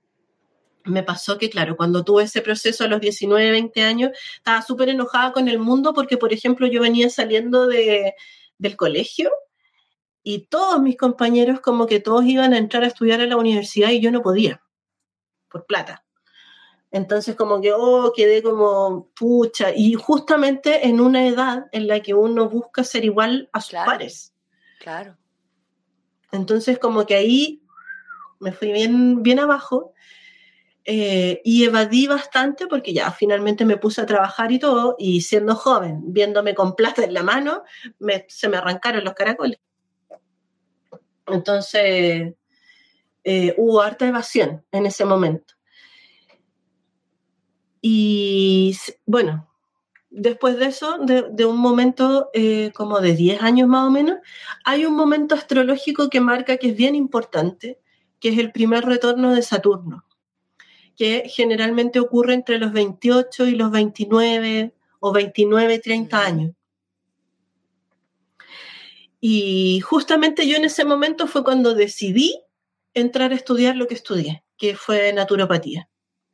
me pasó que, claro, cuando tuve ese proceso a los diecinueve, veinte años, estaba súper enojada con el mundo porque, por ejemplo, yo venía saliendo de, del colegio y todos mis compañeros como que todos iban a entrar a estudiar a la universidad y yo no podía, por plata. Entonces como que, oh, quedé como pucha. Y justamente en una edad en la que uno busca ser igual a sus claro, pares. Claro. Entonces como que ahí me fui bien, bien abajo eh, y evadí bastante porque ya finalmente me puse a trabajar y todo. Y siendo joven, viéndome con plata en la mano, me, se me arrancaron los caracoles. Entonces eh, hubo harta evasión en ese momento. Y bueno, después de eso, de, de un momento eh, como de diez años más o menos, hay un momento astrológico que marca que es bien importante, que es el primer retorno de Saturno, que generalmente ocurre entre los veintiocho y los veintinueve o veintinueve, treinta uh-huh. años. Y justamente yo en ese momento fue cuando decidí entrar a estudiar lo que estudié, que fue naturopatía.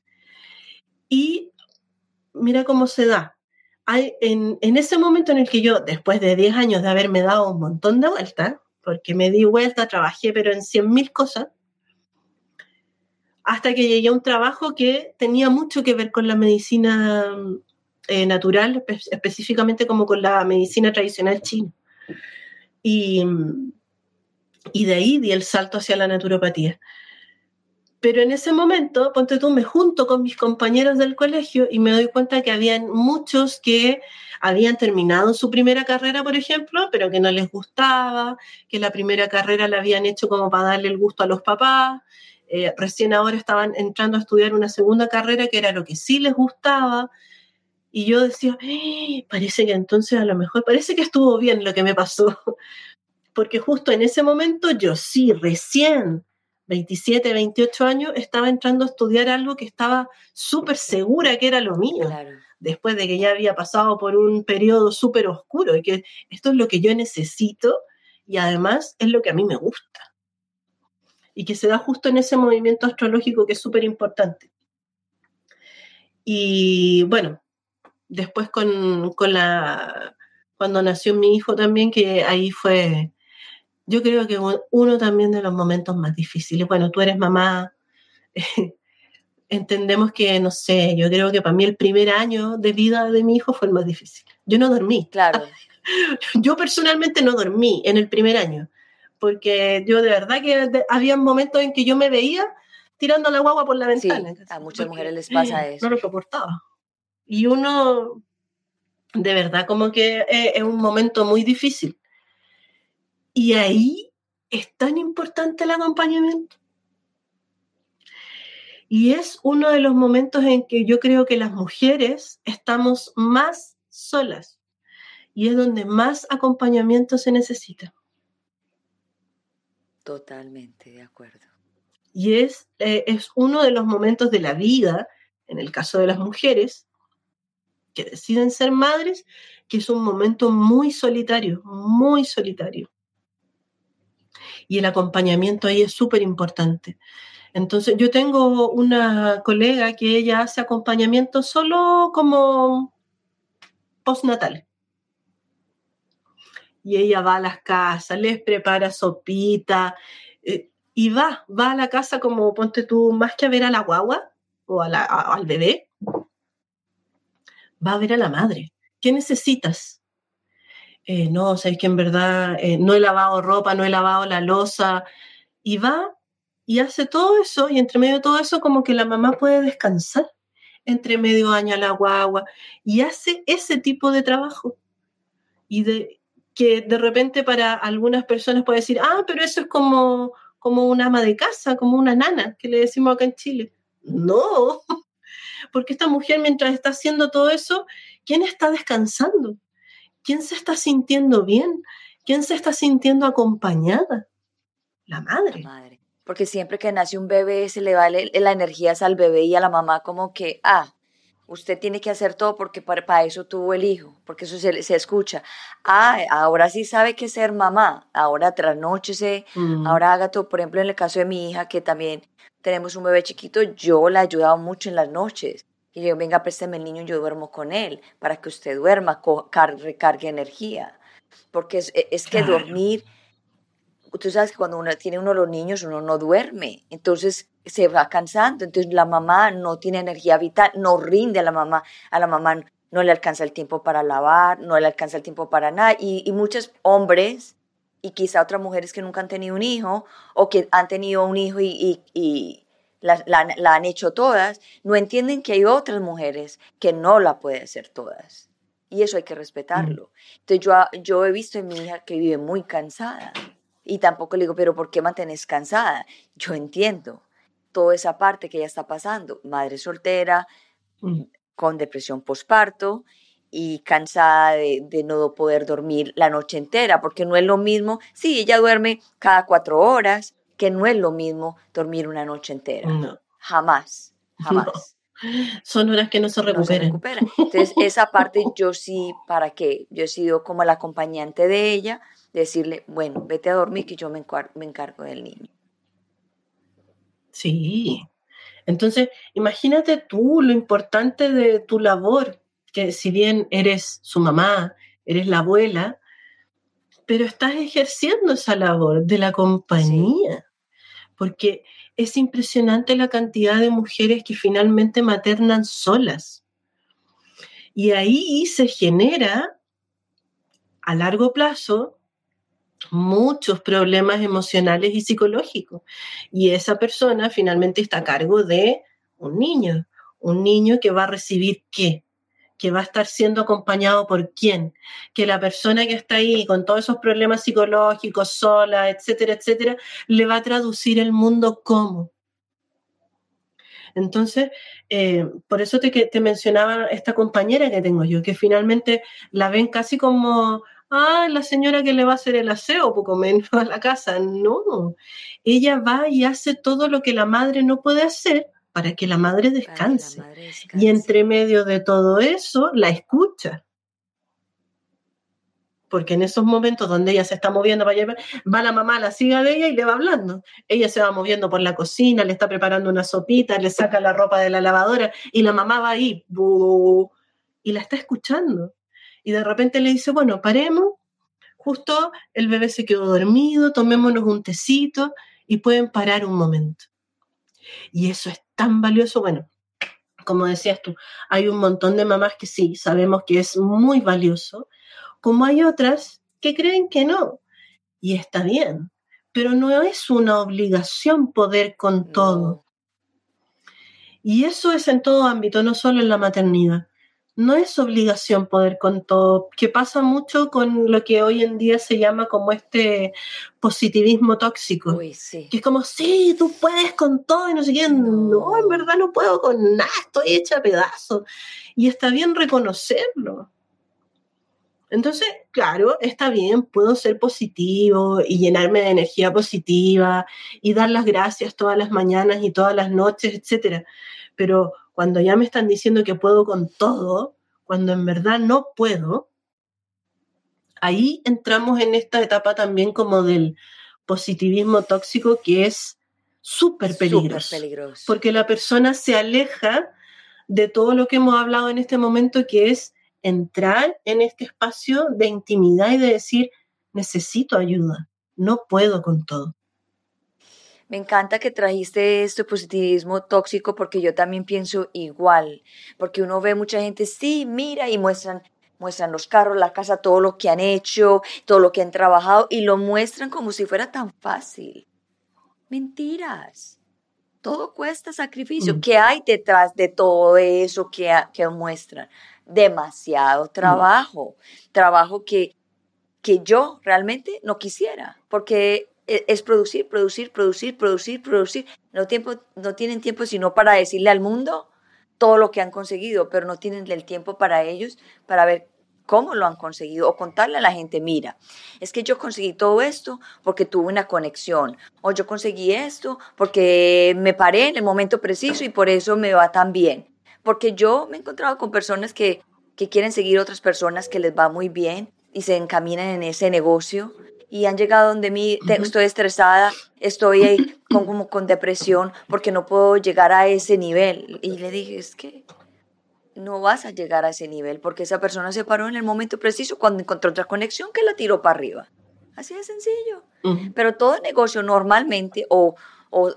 Y mira cómo se da. Hay, en, en ese momento en el que yo, después de diez años de haberme dado un montón de vueltas, porque me di vuelta, trabajé, pero en cien mil cosas, hasta que llegué a un trabajo que tenía mucho que ver con la medicina eh, natural, espe- específicamente como con la medicina tradicional china. Y, y de ahí di el salto hacia la naturopatía. Pero en ese momento, ponte tú, me junto con mis compañeros del colegio y me doy cuenta que habían muchos que habían terminado su primera carrera, por ejemplo, pero que no les gustaba, que la primera carrera la habían hecho como para darle el gusto a los papás, eh, recién ahora estaban entrando a estudiar una segunda carrera que era lo que sí les gustaba, y yo decía, eh, parece que entonces a lo mejor, parece que estuvo bien lo que me pasó, porque justo en ese momento yo sí, recién, veintisiete, veintiocho años, estaba entrando a estudiar algo que estaba súper segura que era lo mío, Claro. después de que ya había pasado por un periodo súper oscuro, y que esto es lo que yo necesito y además es lo que a mí me gusta. Y que se da justo en ese movimiento astrológico que es súper importante. Y bueno, después con, con la, cuando nació mi hijo también, que ahí fue, yo creo que uno también de los momentos más difíciles. Bueno, tú eres mamá, entendemos que, no sé, yo creo que para mí el primer año de vida de mi hijo fue el más difícil. Yo no dormí. Claro. Yo personalmente no dormí en el primer año, porque yo de verdad que de, había momentos en que yo me veía tirando la guagua por la ventana. Sí, a muchas mujeres les pasa eso. No lo soportaba. Y uno, de verdad, como que es, es un momento muy difícil. Y ahí es tan importante el acompañamiento. Y es uno de los momentos en que yo creo que las mujeres estamos más solas. Y es donde más acompañamiento se necesita. Totalmente de acuerdo. Y es, eh, es uno de los momentos de la vida, en el caso de las mujeres, que deciden ser madres, que es un momento muy solitario, muy solitario. Y el acompañamiento ahí es súper importante. Entonces, yo tengo una colega que ella hace acompañamiento solo como postnatal. Y ella va a las casas, les prepara sopita, eh, y va, va a la casa como, ponte tú, más que a ver a la guagua o a la, a, al bebé, va a ver a la madre. ¿Qué necesitas? Eh, no, sabes que en verdad eh, no he lavado ropa, no he lavado la loza, y va y hace todo eso, y entre medio de todo eso como que la mamá puede descansar, entre medio año a la guagua, y hace ese tipo de trabajo. Y de que de repente para algunas personas puede decir, ah, pero eso es como, como una ama de casa, como una nana, que le decimos acá en Chile. No, porque esta mujer mientras está haciendo todo eso, ¿quién está descansando? ¿Quién se está sintiendo bien? ¿Quién se está sintiendo acompañada? La madre. La madre. Porque siempre que nace un bebé se le va le, la energía al bebé y a la mamá como que, ah, usted tiene que hacer todo porque para, para eso tuvo el hijo, porque eso se, se escucha. Ah, ahora sí sabe qué ser mamá, ahora trasnóchese, mm. ahora haga todo. Por ejemplo, en el caso de mi hija, que también tenemos un bebé chiquito, yo la he ayudado mucho en las noches. Y yo, venga, présteme el niño y yo duermo con él, para que usted duerma, recargue energía. Porque es, es que claro. dormir... Tú sabes que cuando uno tiene uno de los niños, uno no duerme, entonces se va cansando, entonces la mamá no tiene energía vital, no rinde a la mamá, a la mamá no le alcanza el tiempo para lavar, no le alcanza el tiempo para nada, y, y muchos hombres, y quizá otras mujeres que nunca han tenido un hijo, o que han tenido un hijo y, y, y la, la, la han hecho todas, no entienden que hay otras mujeres que no la pueden hacer todas, y eso hay que respetarlo. Entonces yo, yo he visto en mi hija que vive muy cansada, y tampoco le digo, pero ¿por qué mantenés cansada? Yo entiendo toda esa parte que ella está pasando. Madre soltera, mm. con depresión postparto y cansada de, de no poder dormir la noche entera, porque no es lo mismo. Sí, ella duerme cada cuatro horas, que no es lo mismo dormir una noche entera. No. Jamás, jamás. No. Son horas que no se recuperan. No se recuperan. Entonces, esa parte yo sí, ¿para qué? Yo he sido como el acompañante de ella, decirle, bueno, vete a dormir que yo me encargo, me encargo del niño. Sí. Entonces, imagínate tú lo importante de tu labor, que si bien eres su mamá, eres la abuela, pero estás ejerciendo esa labor de la compañía, sí. Porque es impresionante la cantidad de mujeres que finalmente maternan solas. Y ahí se genera, a largo plazo, muchos problemas emocionales y psicológicos. Y esa persona finalmente está a cargo de un niño, un niño que va a recibir ¿qué? Que va a estar siendo acompañado por quién, que la persona que está ahí con todos esos problemas psicológicos, sola, etcétera, etcétera, le va a traducir el mundo cómo. Entonces, eh, por eso te, te mencionaba esta compañera que tengo yo, que finalmente la ven casi como, ah, la señora que le va a hacer el aseo, poco menos a la casa. No, ella va y hace todo lo que la madre no puede hacer para que la madre descanse. La madre descanse. Y entre medio de todo eso, la escucha. Porque en esos momentos donde ella se está moviendo para allá, va la mamá a la siga de ella y le va hablando. Ella se va moviendo por la cocina, le está preparando una sopita, le saca la ropa de la lavadora y la mamá va ahí ¡buh! Y la está escuchando. Y de repente le dice, bueno, paremos, justo el bebé se quedó dormido, tomémonos un tecito y pueden parar un momento. Y eso es tan valioso, bueno, como decías tú, hay un montón de mamás que sí, sabemos que es muy valioso, como hay otras que creen que no, y está bien, pero no es una obligación poder con no. todo. Y eso es en todo ámbito, no solo en la maternidad. No es obligación poder con todo, que pasa mucho con lo que hoy en día se llama como este positivismo tóxico. Uy, sí. Que es como, sí, tú puedes con todo y no sé qué. No. no, en verdad no puedo con nada, estoy hecha a pedazos. Y está bien reconocerlo. Entonces, claro, está bien, puedo ser positivo y llenarme de energía positiva y dar las gracias todas las mañanas y todas las noches, etcétera. Pero cuando ya me están diciendo que puedo con todo, cuando en verdad no puedo, ahí entramos en esta etapa también como del positivismo tóxico que es súper peligroso, súper peligroso. Porque la persona se aleja de todo lo que hemos hablado en este momento, que es entrar en este espacio de intimidad y de decir, necesito ayuda, no puedo con todo. Me encanta que trajiste este positivismo tóxico porque yo también pienso igual, porque uno ve mucha gente, sí, mira, y muestran, muestran los carros, la casa, todo lo que han hecho, todo lo que han trabajado, y lo muestran como si fuera tan fácil. Mentiras. Todo cuesta sacrificio. Mm. ¿Qué hay detrás de todo eso que, que muestran? Demasiado trabajo. Mm. Trabajo que, que yo realmente no quisiera, porque es producir, producir, producir, producir, producir. No, tiempo, no tienen tiempo sino para decirle al mundo todo lo que han conseguido, pero no tienen el tiempo para ellos, para ver cómo lo han conseguido, o contarle a la gente, mira, es que yo conseguí todo esto porque tuve una conexión, o yo conseguí esto porque me paré en el momento preciso y por eso me va tan bien. Porque yo me he encontrado con personas que, que quieren seguir otras personas que les va muy bien y se encaminan en ese negocio y han llegado donde mí, te, estoy estresada, estoy ahí con, como con depresión porque no puedo llegar a ese nivel. Y le dije, es que no vas a llegar a ese nivel porque esa persona se paró en el momento preciso cuando encontró otra conexión que la tiró para arriba. Así de sencillo. Uh-huh. Pero todo negocio normalmente o, o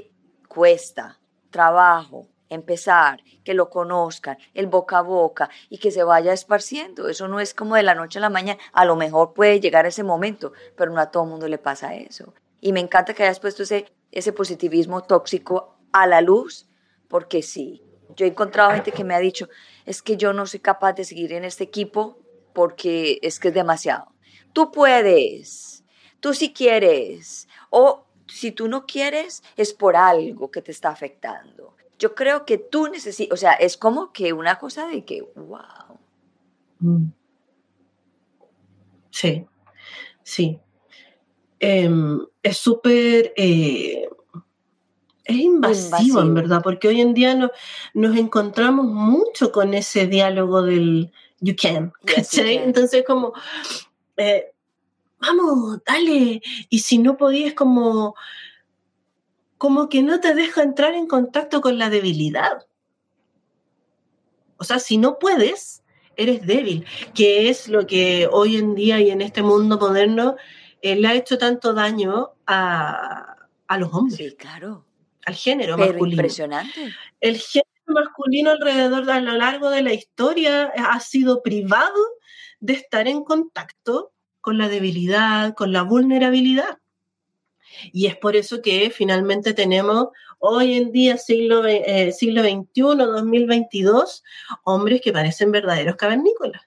cuesta trabajo, empezar, que lo conozcan, el boca a boca y que se vaya esparciendo. Eso no es como de la noche a la mañana. A lo mejor puede llegar ese momento, pero no a todo el mundo le pasa eso. Y me encanta que hayas puesto ese, ese positivismo tóxico a la luz, porque sí. Yo he encontrado gente que me ha dicho, es que yo no soy capaz de seguir en este equipo porque es que es demasiado. Tú puedes, tú sí quieres, o si tú no quieres es por algo que te está afectando. Yo creo que tú necesitas, o sea, es como que una cosa de que, wow. Mm. Sí, sí. Eh, es súper... Eh... Es invasivo, invasivo, en verdad, porque hoy en día no, nos encontramos mucho con ese diálogo del you can, ¿cachai? Yes, you can. Entonces, como, eh, vamos, dale. Y si no podías, como, como que no te deja entrar en contacto con la debilidad. O sea, si no puedes, eres débil, que es lo que hoy en día y en este mundo moderno eh, le ha hecho tanto daño a, a los hombres. Sí, claro. Al género Pero masculino. impresionante. El género masculino alrededor, a lo largo de la historia, ha sido privado de estar en contacto con la debilidad, con la vulnerabilidad. Y es por eso que finalmente tenemos hoy en día, siglo, eh, siglo veintiuno, dos mil veintidós, hombres que parecen verdaderos cavernícolas.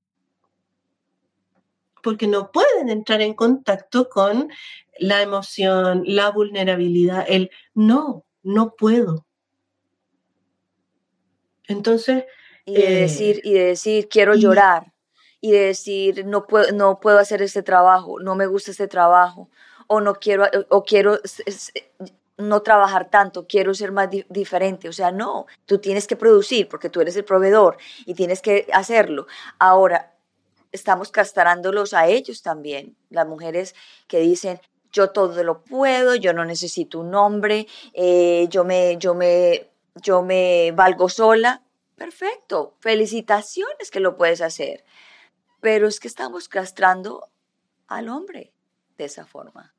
Porque no pueden entrar en contacto con la emoción, la vulnerabilidad, el no, no puedo. Entonces... Y de eh, decir, y de decir, quiero y, llorar. Y de decir, no puedo, no puedo hacer este trabajo, no me gusta este trabajo. O no quiero, o quiero no trabajar tanto, quiero ser más di- diferente. O sea, no, tú tienes que producir porque tú eres el proveedor y tienes que hacerlo. Ahora, estamos castrándolos a ellos también. Las mujeres que dicen, yo todo lo puedo, yo no necesito un hombre, eh, yo, me, yo, me, yo me valgo sola. Perfecto, felicitaciones que lo puedes hacer. Pero es que estamos castrando al hombre de esa forma.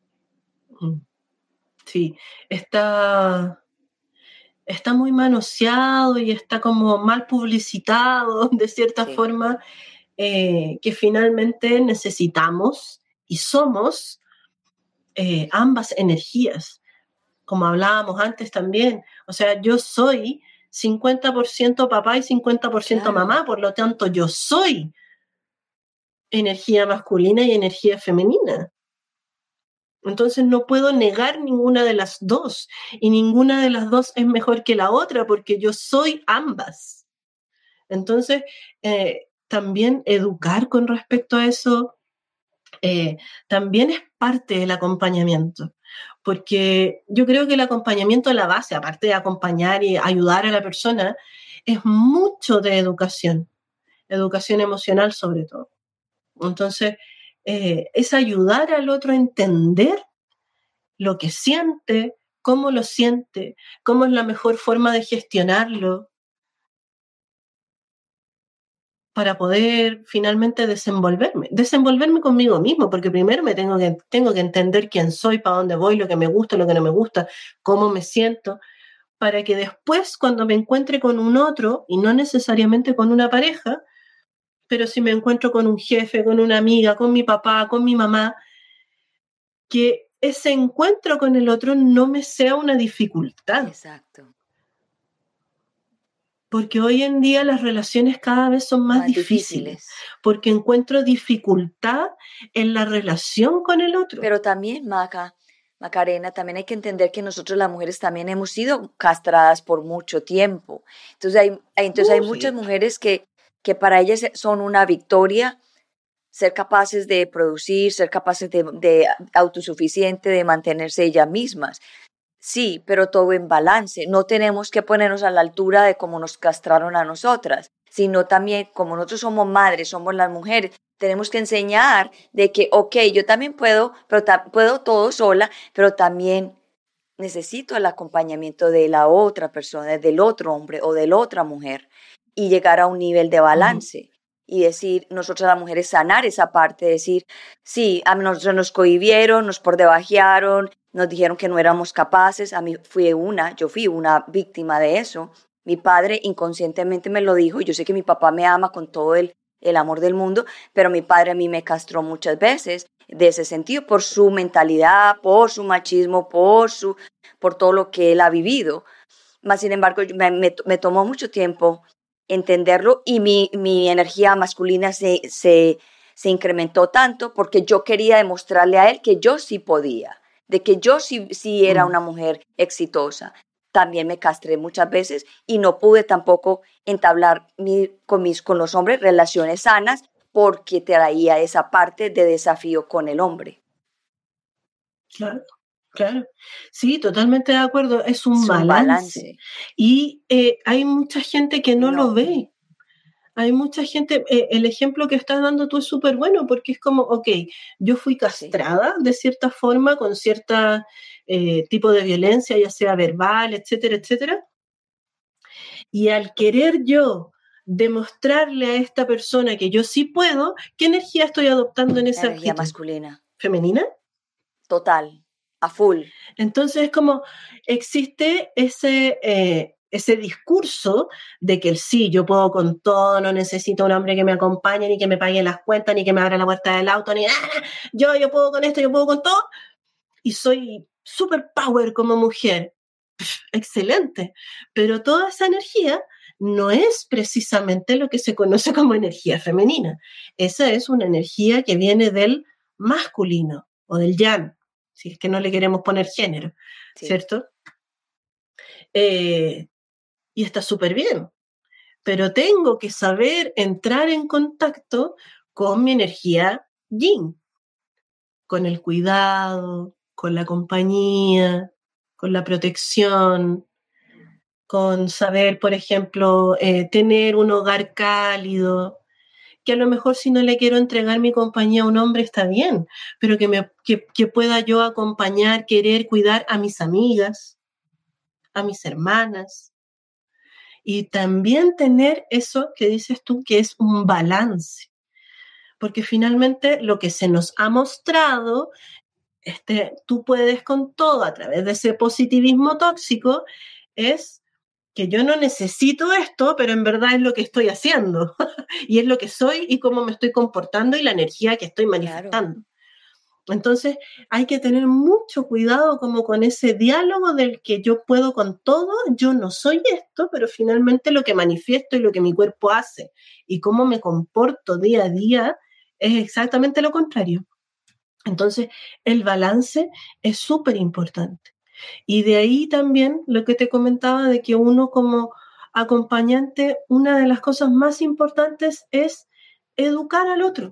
Sí, está, está muy manoseado y está como mal publicitado de cierta Sí. forma, eh, que finalmente necesitamos y somos eh, ambas energías, como hablábamos antes también. O sea, yo soy cincuenta por ciento papá y cincuenta por ciento Claro. mamá, por lo tanto yo soy energía masculina y energía femenina. Entonces no puedo negar ninguna de las dos, y ninguna de las dos es mejor que la otra porque yo soy ambas. Entonces, eh, también educar con respecto a eso eh, también es parte del acompañamiento, porque yo creo que el acompañamiento a la base, aparte de acompañar y ayudar a la persona, es mucho de educación, educación emocional sobre todo. Entonces, eh, es ayudar al otro a entender lo que siente, cómo lo siente, cómo es la mejor forma de gestionarlo para poder finalmente desenvolverme, desenvolverme conmigo mismo, porque primero me tengo que, tengo que entender quién soy, para dónde voy, lo que me gusta, lo que no me gusta, cómo me siento, para que después cuando me encuentre con un otro, y no necesariamente con una pareja, pero si me encuentro con un jefe, con una amiga, con mi papá, con mi mamá, que ese encuentro con el otro no me sea una dificultad. Exacto. Porque hoy en día las relaciones cada vez son más, Más difíciles, difíciles. porque encuentro dificultad en la relación con el otro. Pero también, Maca, Macarena, también hay que entender que nosotros las mujeres también hemos sido castradas por mucho tiempo. Entonces hay, hay- entonces hay Uh, muchas sí. mujeres que, que para ellas son una victoria ser capaces de producir, ser capaces de, de autosuficiente, de mantenerse ellas mismas. Sí, pero todo en balance. No tenemos que ponernos a la altura de cómo nos castraron a nosotras, sino también como nosotros somos madres, somos las mujeres, tenemos que enseñar de que, ok, yo también puedo, pero puedo todo sola, pero también necesito el acompañamiento de la otra persona, del otro hombre o de la otra mujer y llegar a un nivel de balance. Uh-huh. Y decir, nosotros las mujeres sanar esa parte, decir, sí, a nosotros nos cohibieron, nos por debajearon, nos dijeron que no éramos capaces, a mí fui una, yo fui una víctima de eso. Mi padre inconscientemente me lo dijo, y yo sé que mi papá me ama con todo el, el amor del mundo, pero mi padre a mí me castró muchas veces de ese sentido, por su mentalidad, por su machismo, por, su, por todo lo que él ha vivido. Más sin embargo, me, me, me tomó mucho tiempo entenderlo y mi, mi energía masculina se, se, se incrementó tanto porque yo quería demostrarle a él que yo sí podía, de que yo sí, sí era una mujer exitosa. También me castré muchas veces y no pude tampoco entablar mi, con, mis, con los hombres relaciones sanas porque traía esa parte de desafío con el hombre. Claro, claro. Sí, totalmente de acuerdo. Es un, Es un balance. balance. Y eh, hay mucha gente que no, no lo ve. Hay mucha gente, eh, el ejemplo que estás dando tú es súper bueno porque es como, ok, yo fui castrada sí. de cierta forma con cierto eh, tipo de violencia, ya sea verbal, etcétera, etcétera. Y al querer yo demostrarle a esta persona que yo sí puedo, ¿qué energía estoy adoptando en esa energía actitud? masculina. ¿Femenina? Total, a full. Entonces es como, existe ese, eh, ese discurso de que el sí, yo puedo con todo, no necesito un hombre que me acompañe, ni que me pague las cuentas, ni que me abra la puerta del auto, ni nada, yo, yo puedo con esto, yo puedo con todo, y soy super power como mujer. Pff, excelente, pero toda esa energía no es precisamente lo que se conoce como energía femenina. Esa es una energía que viene del masculino o del yang, si es que no le queremos poner género, sí. ¿Cierto? Eh, y está súper bien, pero tengo que saber entrar en contacto con mi energía yin, con el cuidado, con la compañía, con la protección, con saber, por ejemplo, eh, tener un hogar cálido, que a lo mejor si no le quiero entregar mi compañía a un hombre está bien, pero que, me, que, que pueda yo acompañar, querer, cuidar a mis amigas, a mis hermanas, y también tener eso que dices tú, que es un balance, porque finalmente lo que se nos ha mostrado, este, tú puedes con todo a través de ese positivismo tóxico, es que yo no necesito esto, pero en verdad es lo que estoy haciendo, y es lo que soy y cómo me estoy comportando y la energía que estoy manifestando. Claro. Entonces hay que tener mucho cuidado como con ese diálogo del que yo puedo con todo, yo no soy esto, pero finalmente lo que manifiesto y lo que mi cuerpo hace y cómo me comporto día a día es exactamente lo contrario. Entonces el balance es súper importante. Y de ahí también lo que te comentaba de que uno como acompañante, una de las cosas más importantes es educar al otro.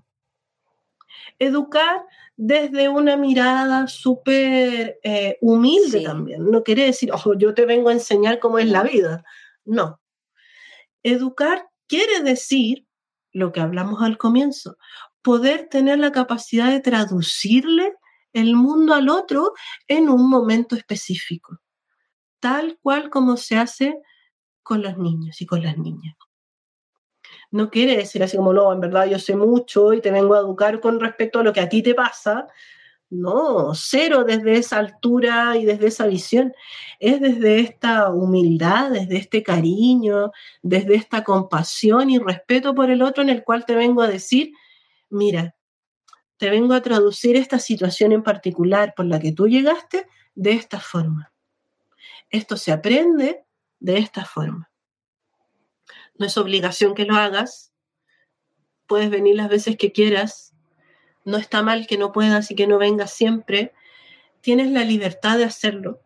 Educar desde una mirada súper eh, humilde sí. también. No quiere decir, ojo, yo te vengo a enseñar cómo es no. la vida. No. Educar quiere decir, lo que hablamos al comienzo, poder tener la capacidad de traducirle el mundo al otro en un momento específico, tal cual como se hace con los niños y con las niñas. No quiere decir así como, no, en verdad yo sé mucho y te vengo a educar con respecto a lo que a ti te pasa. No, cero desde esa altura y desde esa visión. Es desde esta humildad, desde este cariño, desde esta compasión y respeto por el otro en el cual te vengo a decir, mira, te vengo a traducir esta situación en particular por la que tú llegaste de esta forma. Esto se aprende de esta forma. No es obligación que lo hagas. Puedes venir las veces que quieras. No está mal que no puedas y que no vengas siempre. Tienes la libertad de hacerlo.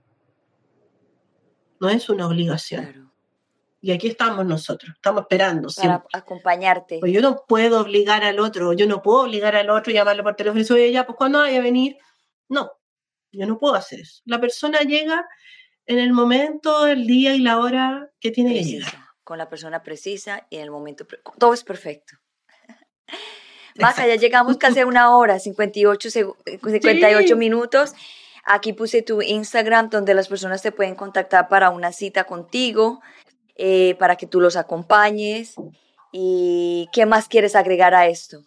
No es una obligación. Claro. Y aquí estamos nosotros. Estamos esperando siempre. Para acompañarte. Pues yo no puedo obligar al otro. Yo no puedo obligar al otro y llamarle por teléfono y decir, oye, ya, pues ¿cuándo vaya a venir? No, yo no puedo hacer eso. La persona llega en el momento, el día y la hora que tiene precisa, que llegar. Con la persona precisa y en el momento. Pre- todo es perfecto. Maca, ya llegamos casi a una hora, cincuenta y ocho, cincuenta y ocho sí. minutos. Aquí puse tu Instagram donde las personas te pueden contactar para una cita contigo, eh, para que tú los acompañes. ¿Y qué más quieres agregar a esto?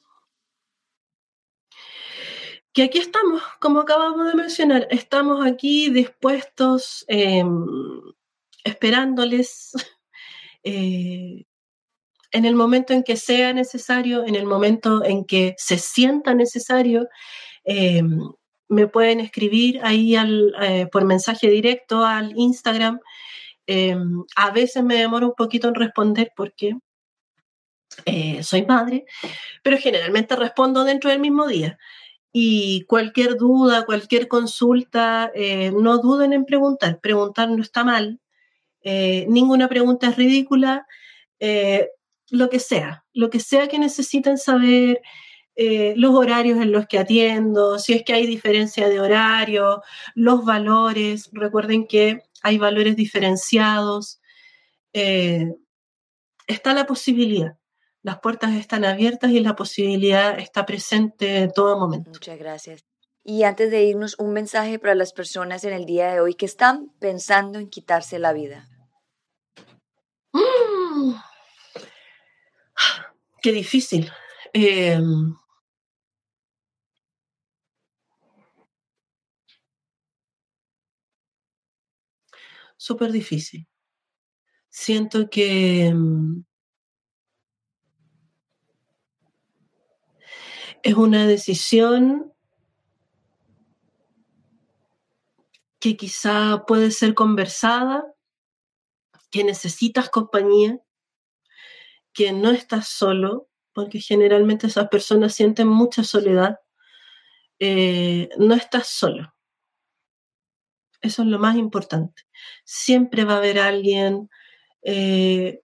Que aquí estamos, como acabamos de mencionar, estamos aquí dispuestos, eh, esperándoles eh, en el momento en que sea necesario, en el momento en que se sienta necesario. Eh, me pueden escribir ahí al, eh, por mensaje directo al Instagram. Eh, a veces me demoro un poquito en responder porque eh, soy madre, pero generalmente respondo dentro del mismo día. Y cualquier duda, cualquier consulta, eh, no duden en preguntar. Preguntar no está mal. Eh, ninguna pregunta es ridícula. Eh, lo que sea, lo que sea que necesiten saber, eh, los horarios en los que atiendo, si es que hay diferencia de horario, los valores. Recuerden que hay valores diferenciados. Eh, está la posibilidad las puertas están abiertas y la posibilidad está presente en todo momento. Muchas gracias. Y antes de irnos, un mensaje para las personas en el día de hoy que están pensando en quitarse la vida. Mm, qué difícil. Eh, Súper difícil. Siento que um, es una decisión que quizá puede ser conversada, que necesitas compañía, que no estás solo, porque generalmente esas personas sienten mucha soledad. Eh, no estás solo. Eso es lo más importante. Siempre va a haber alguien. Eh,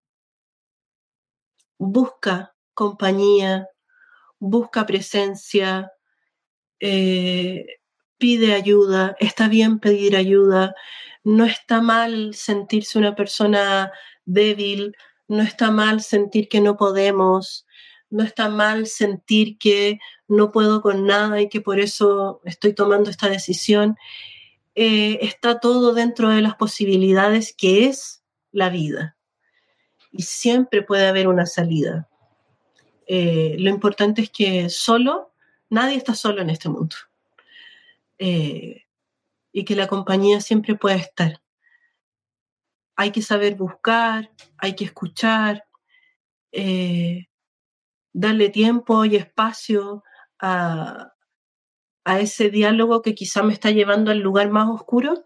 busca compañía, busca presencia, eh, pide ayuda, está bien pedir ayuda, no está mal sentirse una persona débil, no está mal sentir que no podemos, no está mal sentir que no puedo con nada y que por eso estoy tomando esta decisión. Eh, está todo dentro de las posibilidades que es la vida y siempre puede haber una salida. Eh, lo importante es que solo, nadie está solo en este mundo. Eh, y que la compañía siempre pueda estar. Hay que saber buscar, hay que escuchar, eh, darle tiempo y espacio a, a ese diálogo que quizá me está llevando al lugar más oscuro,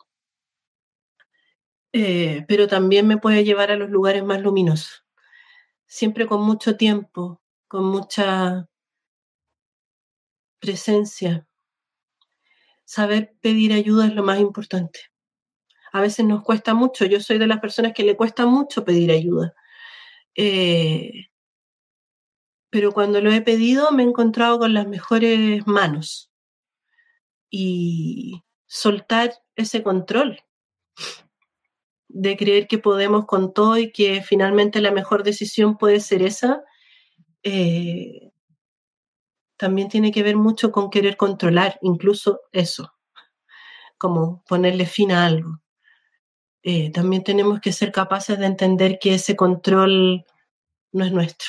eh, pero también me puede llevar a los lugares más luminosos. Siempre con mucho tiempo, con mucha presencia. Saber pedir ayuda es lo más importante. A veces nos cuesta mucho, yo soy de las personas que le cuesta mucho pedir ayuda. Eh, pero cuando lo he pedido me he encontrado con las mejores manos y soltar ese control de creer que podemos con todo y que finalmente la mejor decisión puede ser esa, eh, también tiene que ver mucho con querer controlar, incluso eso, como ponerle fin a algo. Eh, también tenemos que ser capaces de entender que ese control no es nuestro.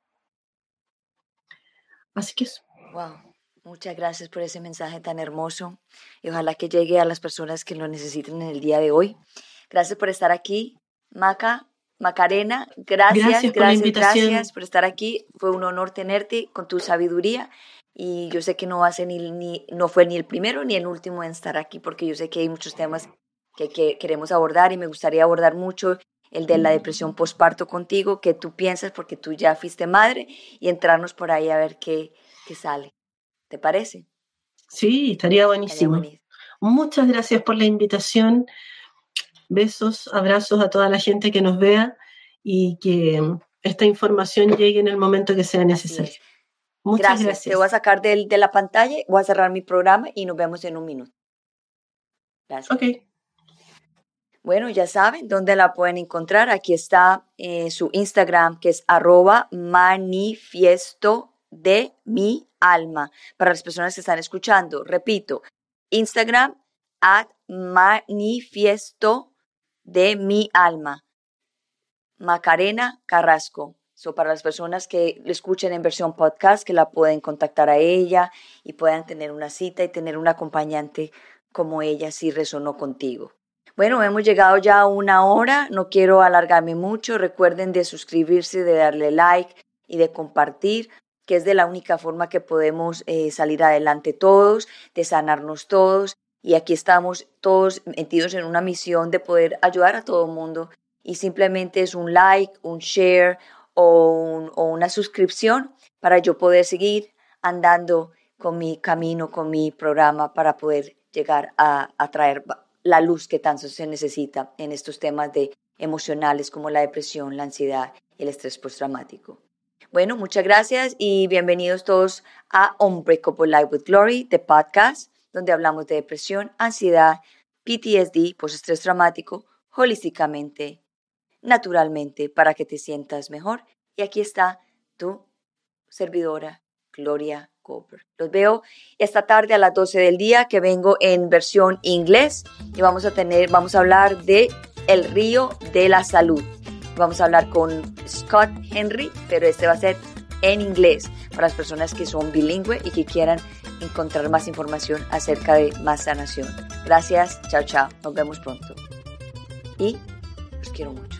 Así que eso. Wow, muchas gracias por ese mensaje tan hermoso y ojalá que llegue a las personas que lo necesiten en el día de hoy. Gracias por estar aquí, Maca, Macarena. Gracias, Gracias por la gracias, invitación. gracias por estar aquí. Fue un honor tenerte con tu sabiduría y yo sé que no va a ser ni, ni no fue ni el primero ni el último en estar aquí porque yo sé que hay muchos temas que, que queremos abordar y me gustaría abordar mucho el de la depresión postparto contigo, qué tú piensas porque tú ya fuiste madre y entrarnos por ahí a ver qué, qué sale. ¿Te parece? Sí, estaría buenísimo. Estaría buenísimo. Muchas gracias por la invitación. Besos, abrazos a toda la gente que nos vea y que esta información llegue en el momento que sea necesario. Muchas gracias. gracias. Te voy a sacar de, de la pantalla, voy a cerrar mi programa y nos vemos en un minuto. Gracias. Ok. Bueno, ya saben dónde la pueden encontrar. Aquí está eh, su Instagram, que es arroba manifiesto de mi alma. Para las personas que están escuchando, repito, Instagram at manifiesto de mi alma. Macarena Carrasco. So, para las personas que lo escuchen en versión podcast, que la pueden contactar a ella y puedan tener una cita y tener un acompañante como ella si resonó contigo. Bueno, hemos llegado ya a una hora, no quiero alargarme mucho, recuerden de suscribirse, de darle like y de compartir, que es de la única forma que podemos eh, salir adelante todos, de sanarnos todos, y aquí estamos todos metidos en una misión de poder ayudar a todo el mundo, y simplemente es un like, un share o, un, o una suscripción para yo poder seguir andando con mi camino, con mi programa, para poder llegar a, a traer la luz que tanto se necesita en estos temas de emocionales como la depresión, la ansiedad y el estrés postraumático. Bueno, muchas gracias y bienvenidos todos a Unbreakable Life with Glory, the podcast, donde hablamos de depresión, ansiedad, P T S D, postestrés traumático, holísticamente, naturalmente, para que te sientas mejor. Y aquí está tu servidora Gloria Goldberg. Los veo esta tarde a las doce del día, que vengo en versión inglés y vamos a tener, vamos a hablar de el río de la salud. Vamos a hablar con Scott Henry, pero este va a ser en inglés para las personas que son bilingües y que quieran encontrar más información acerca de más sanación. Gracias, chao, chao, nos vemos pronto. Y los quiero mucho.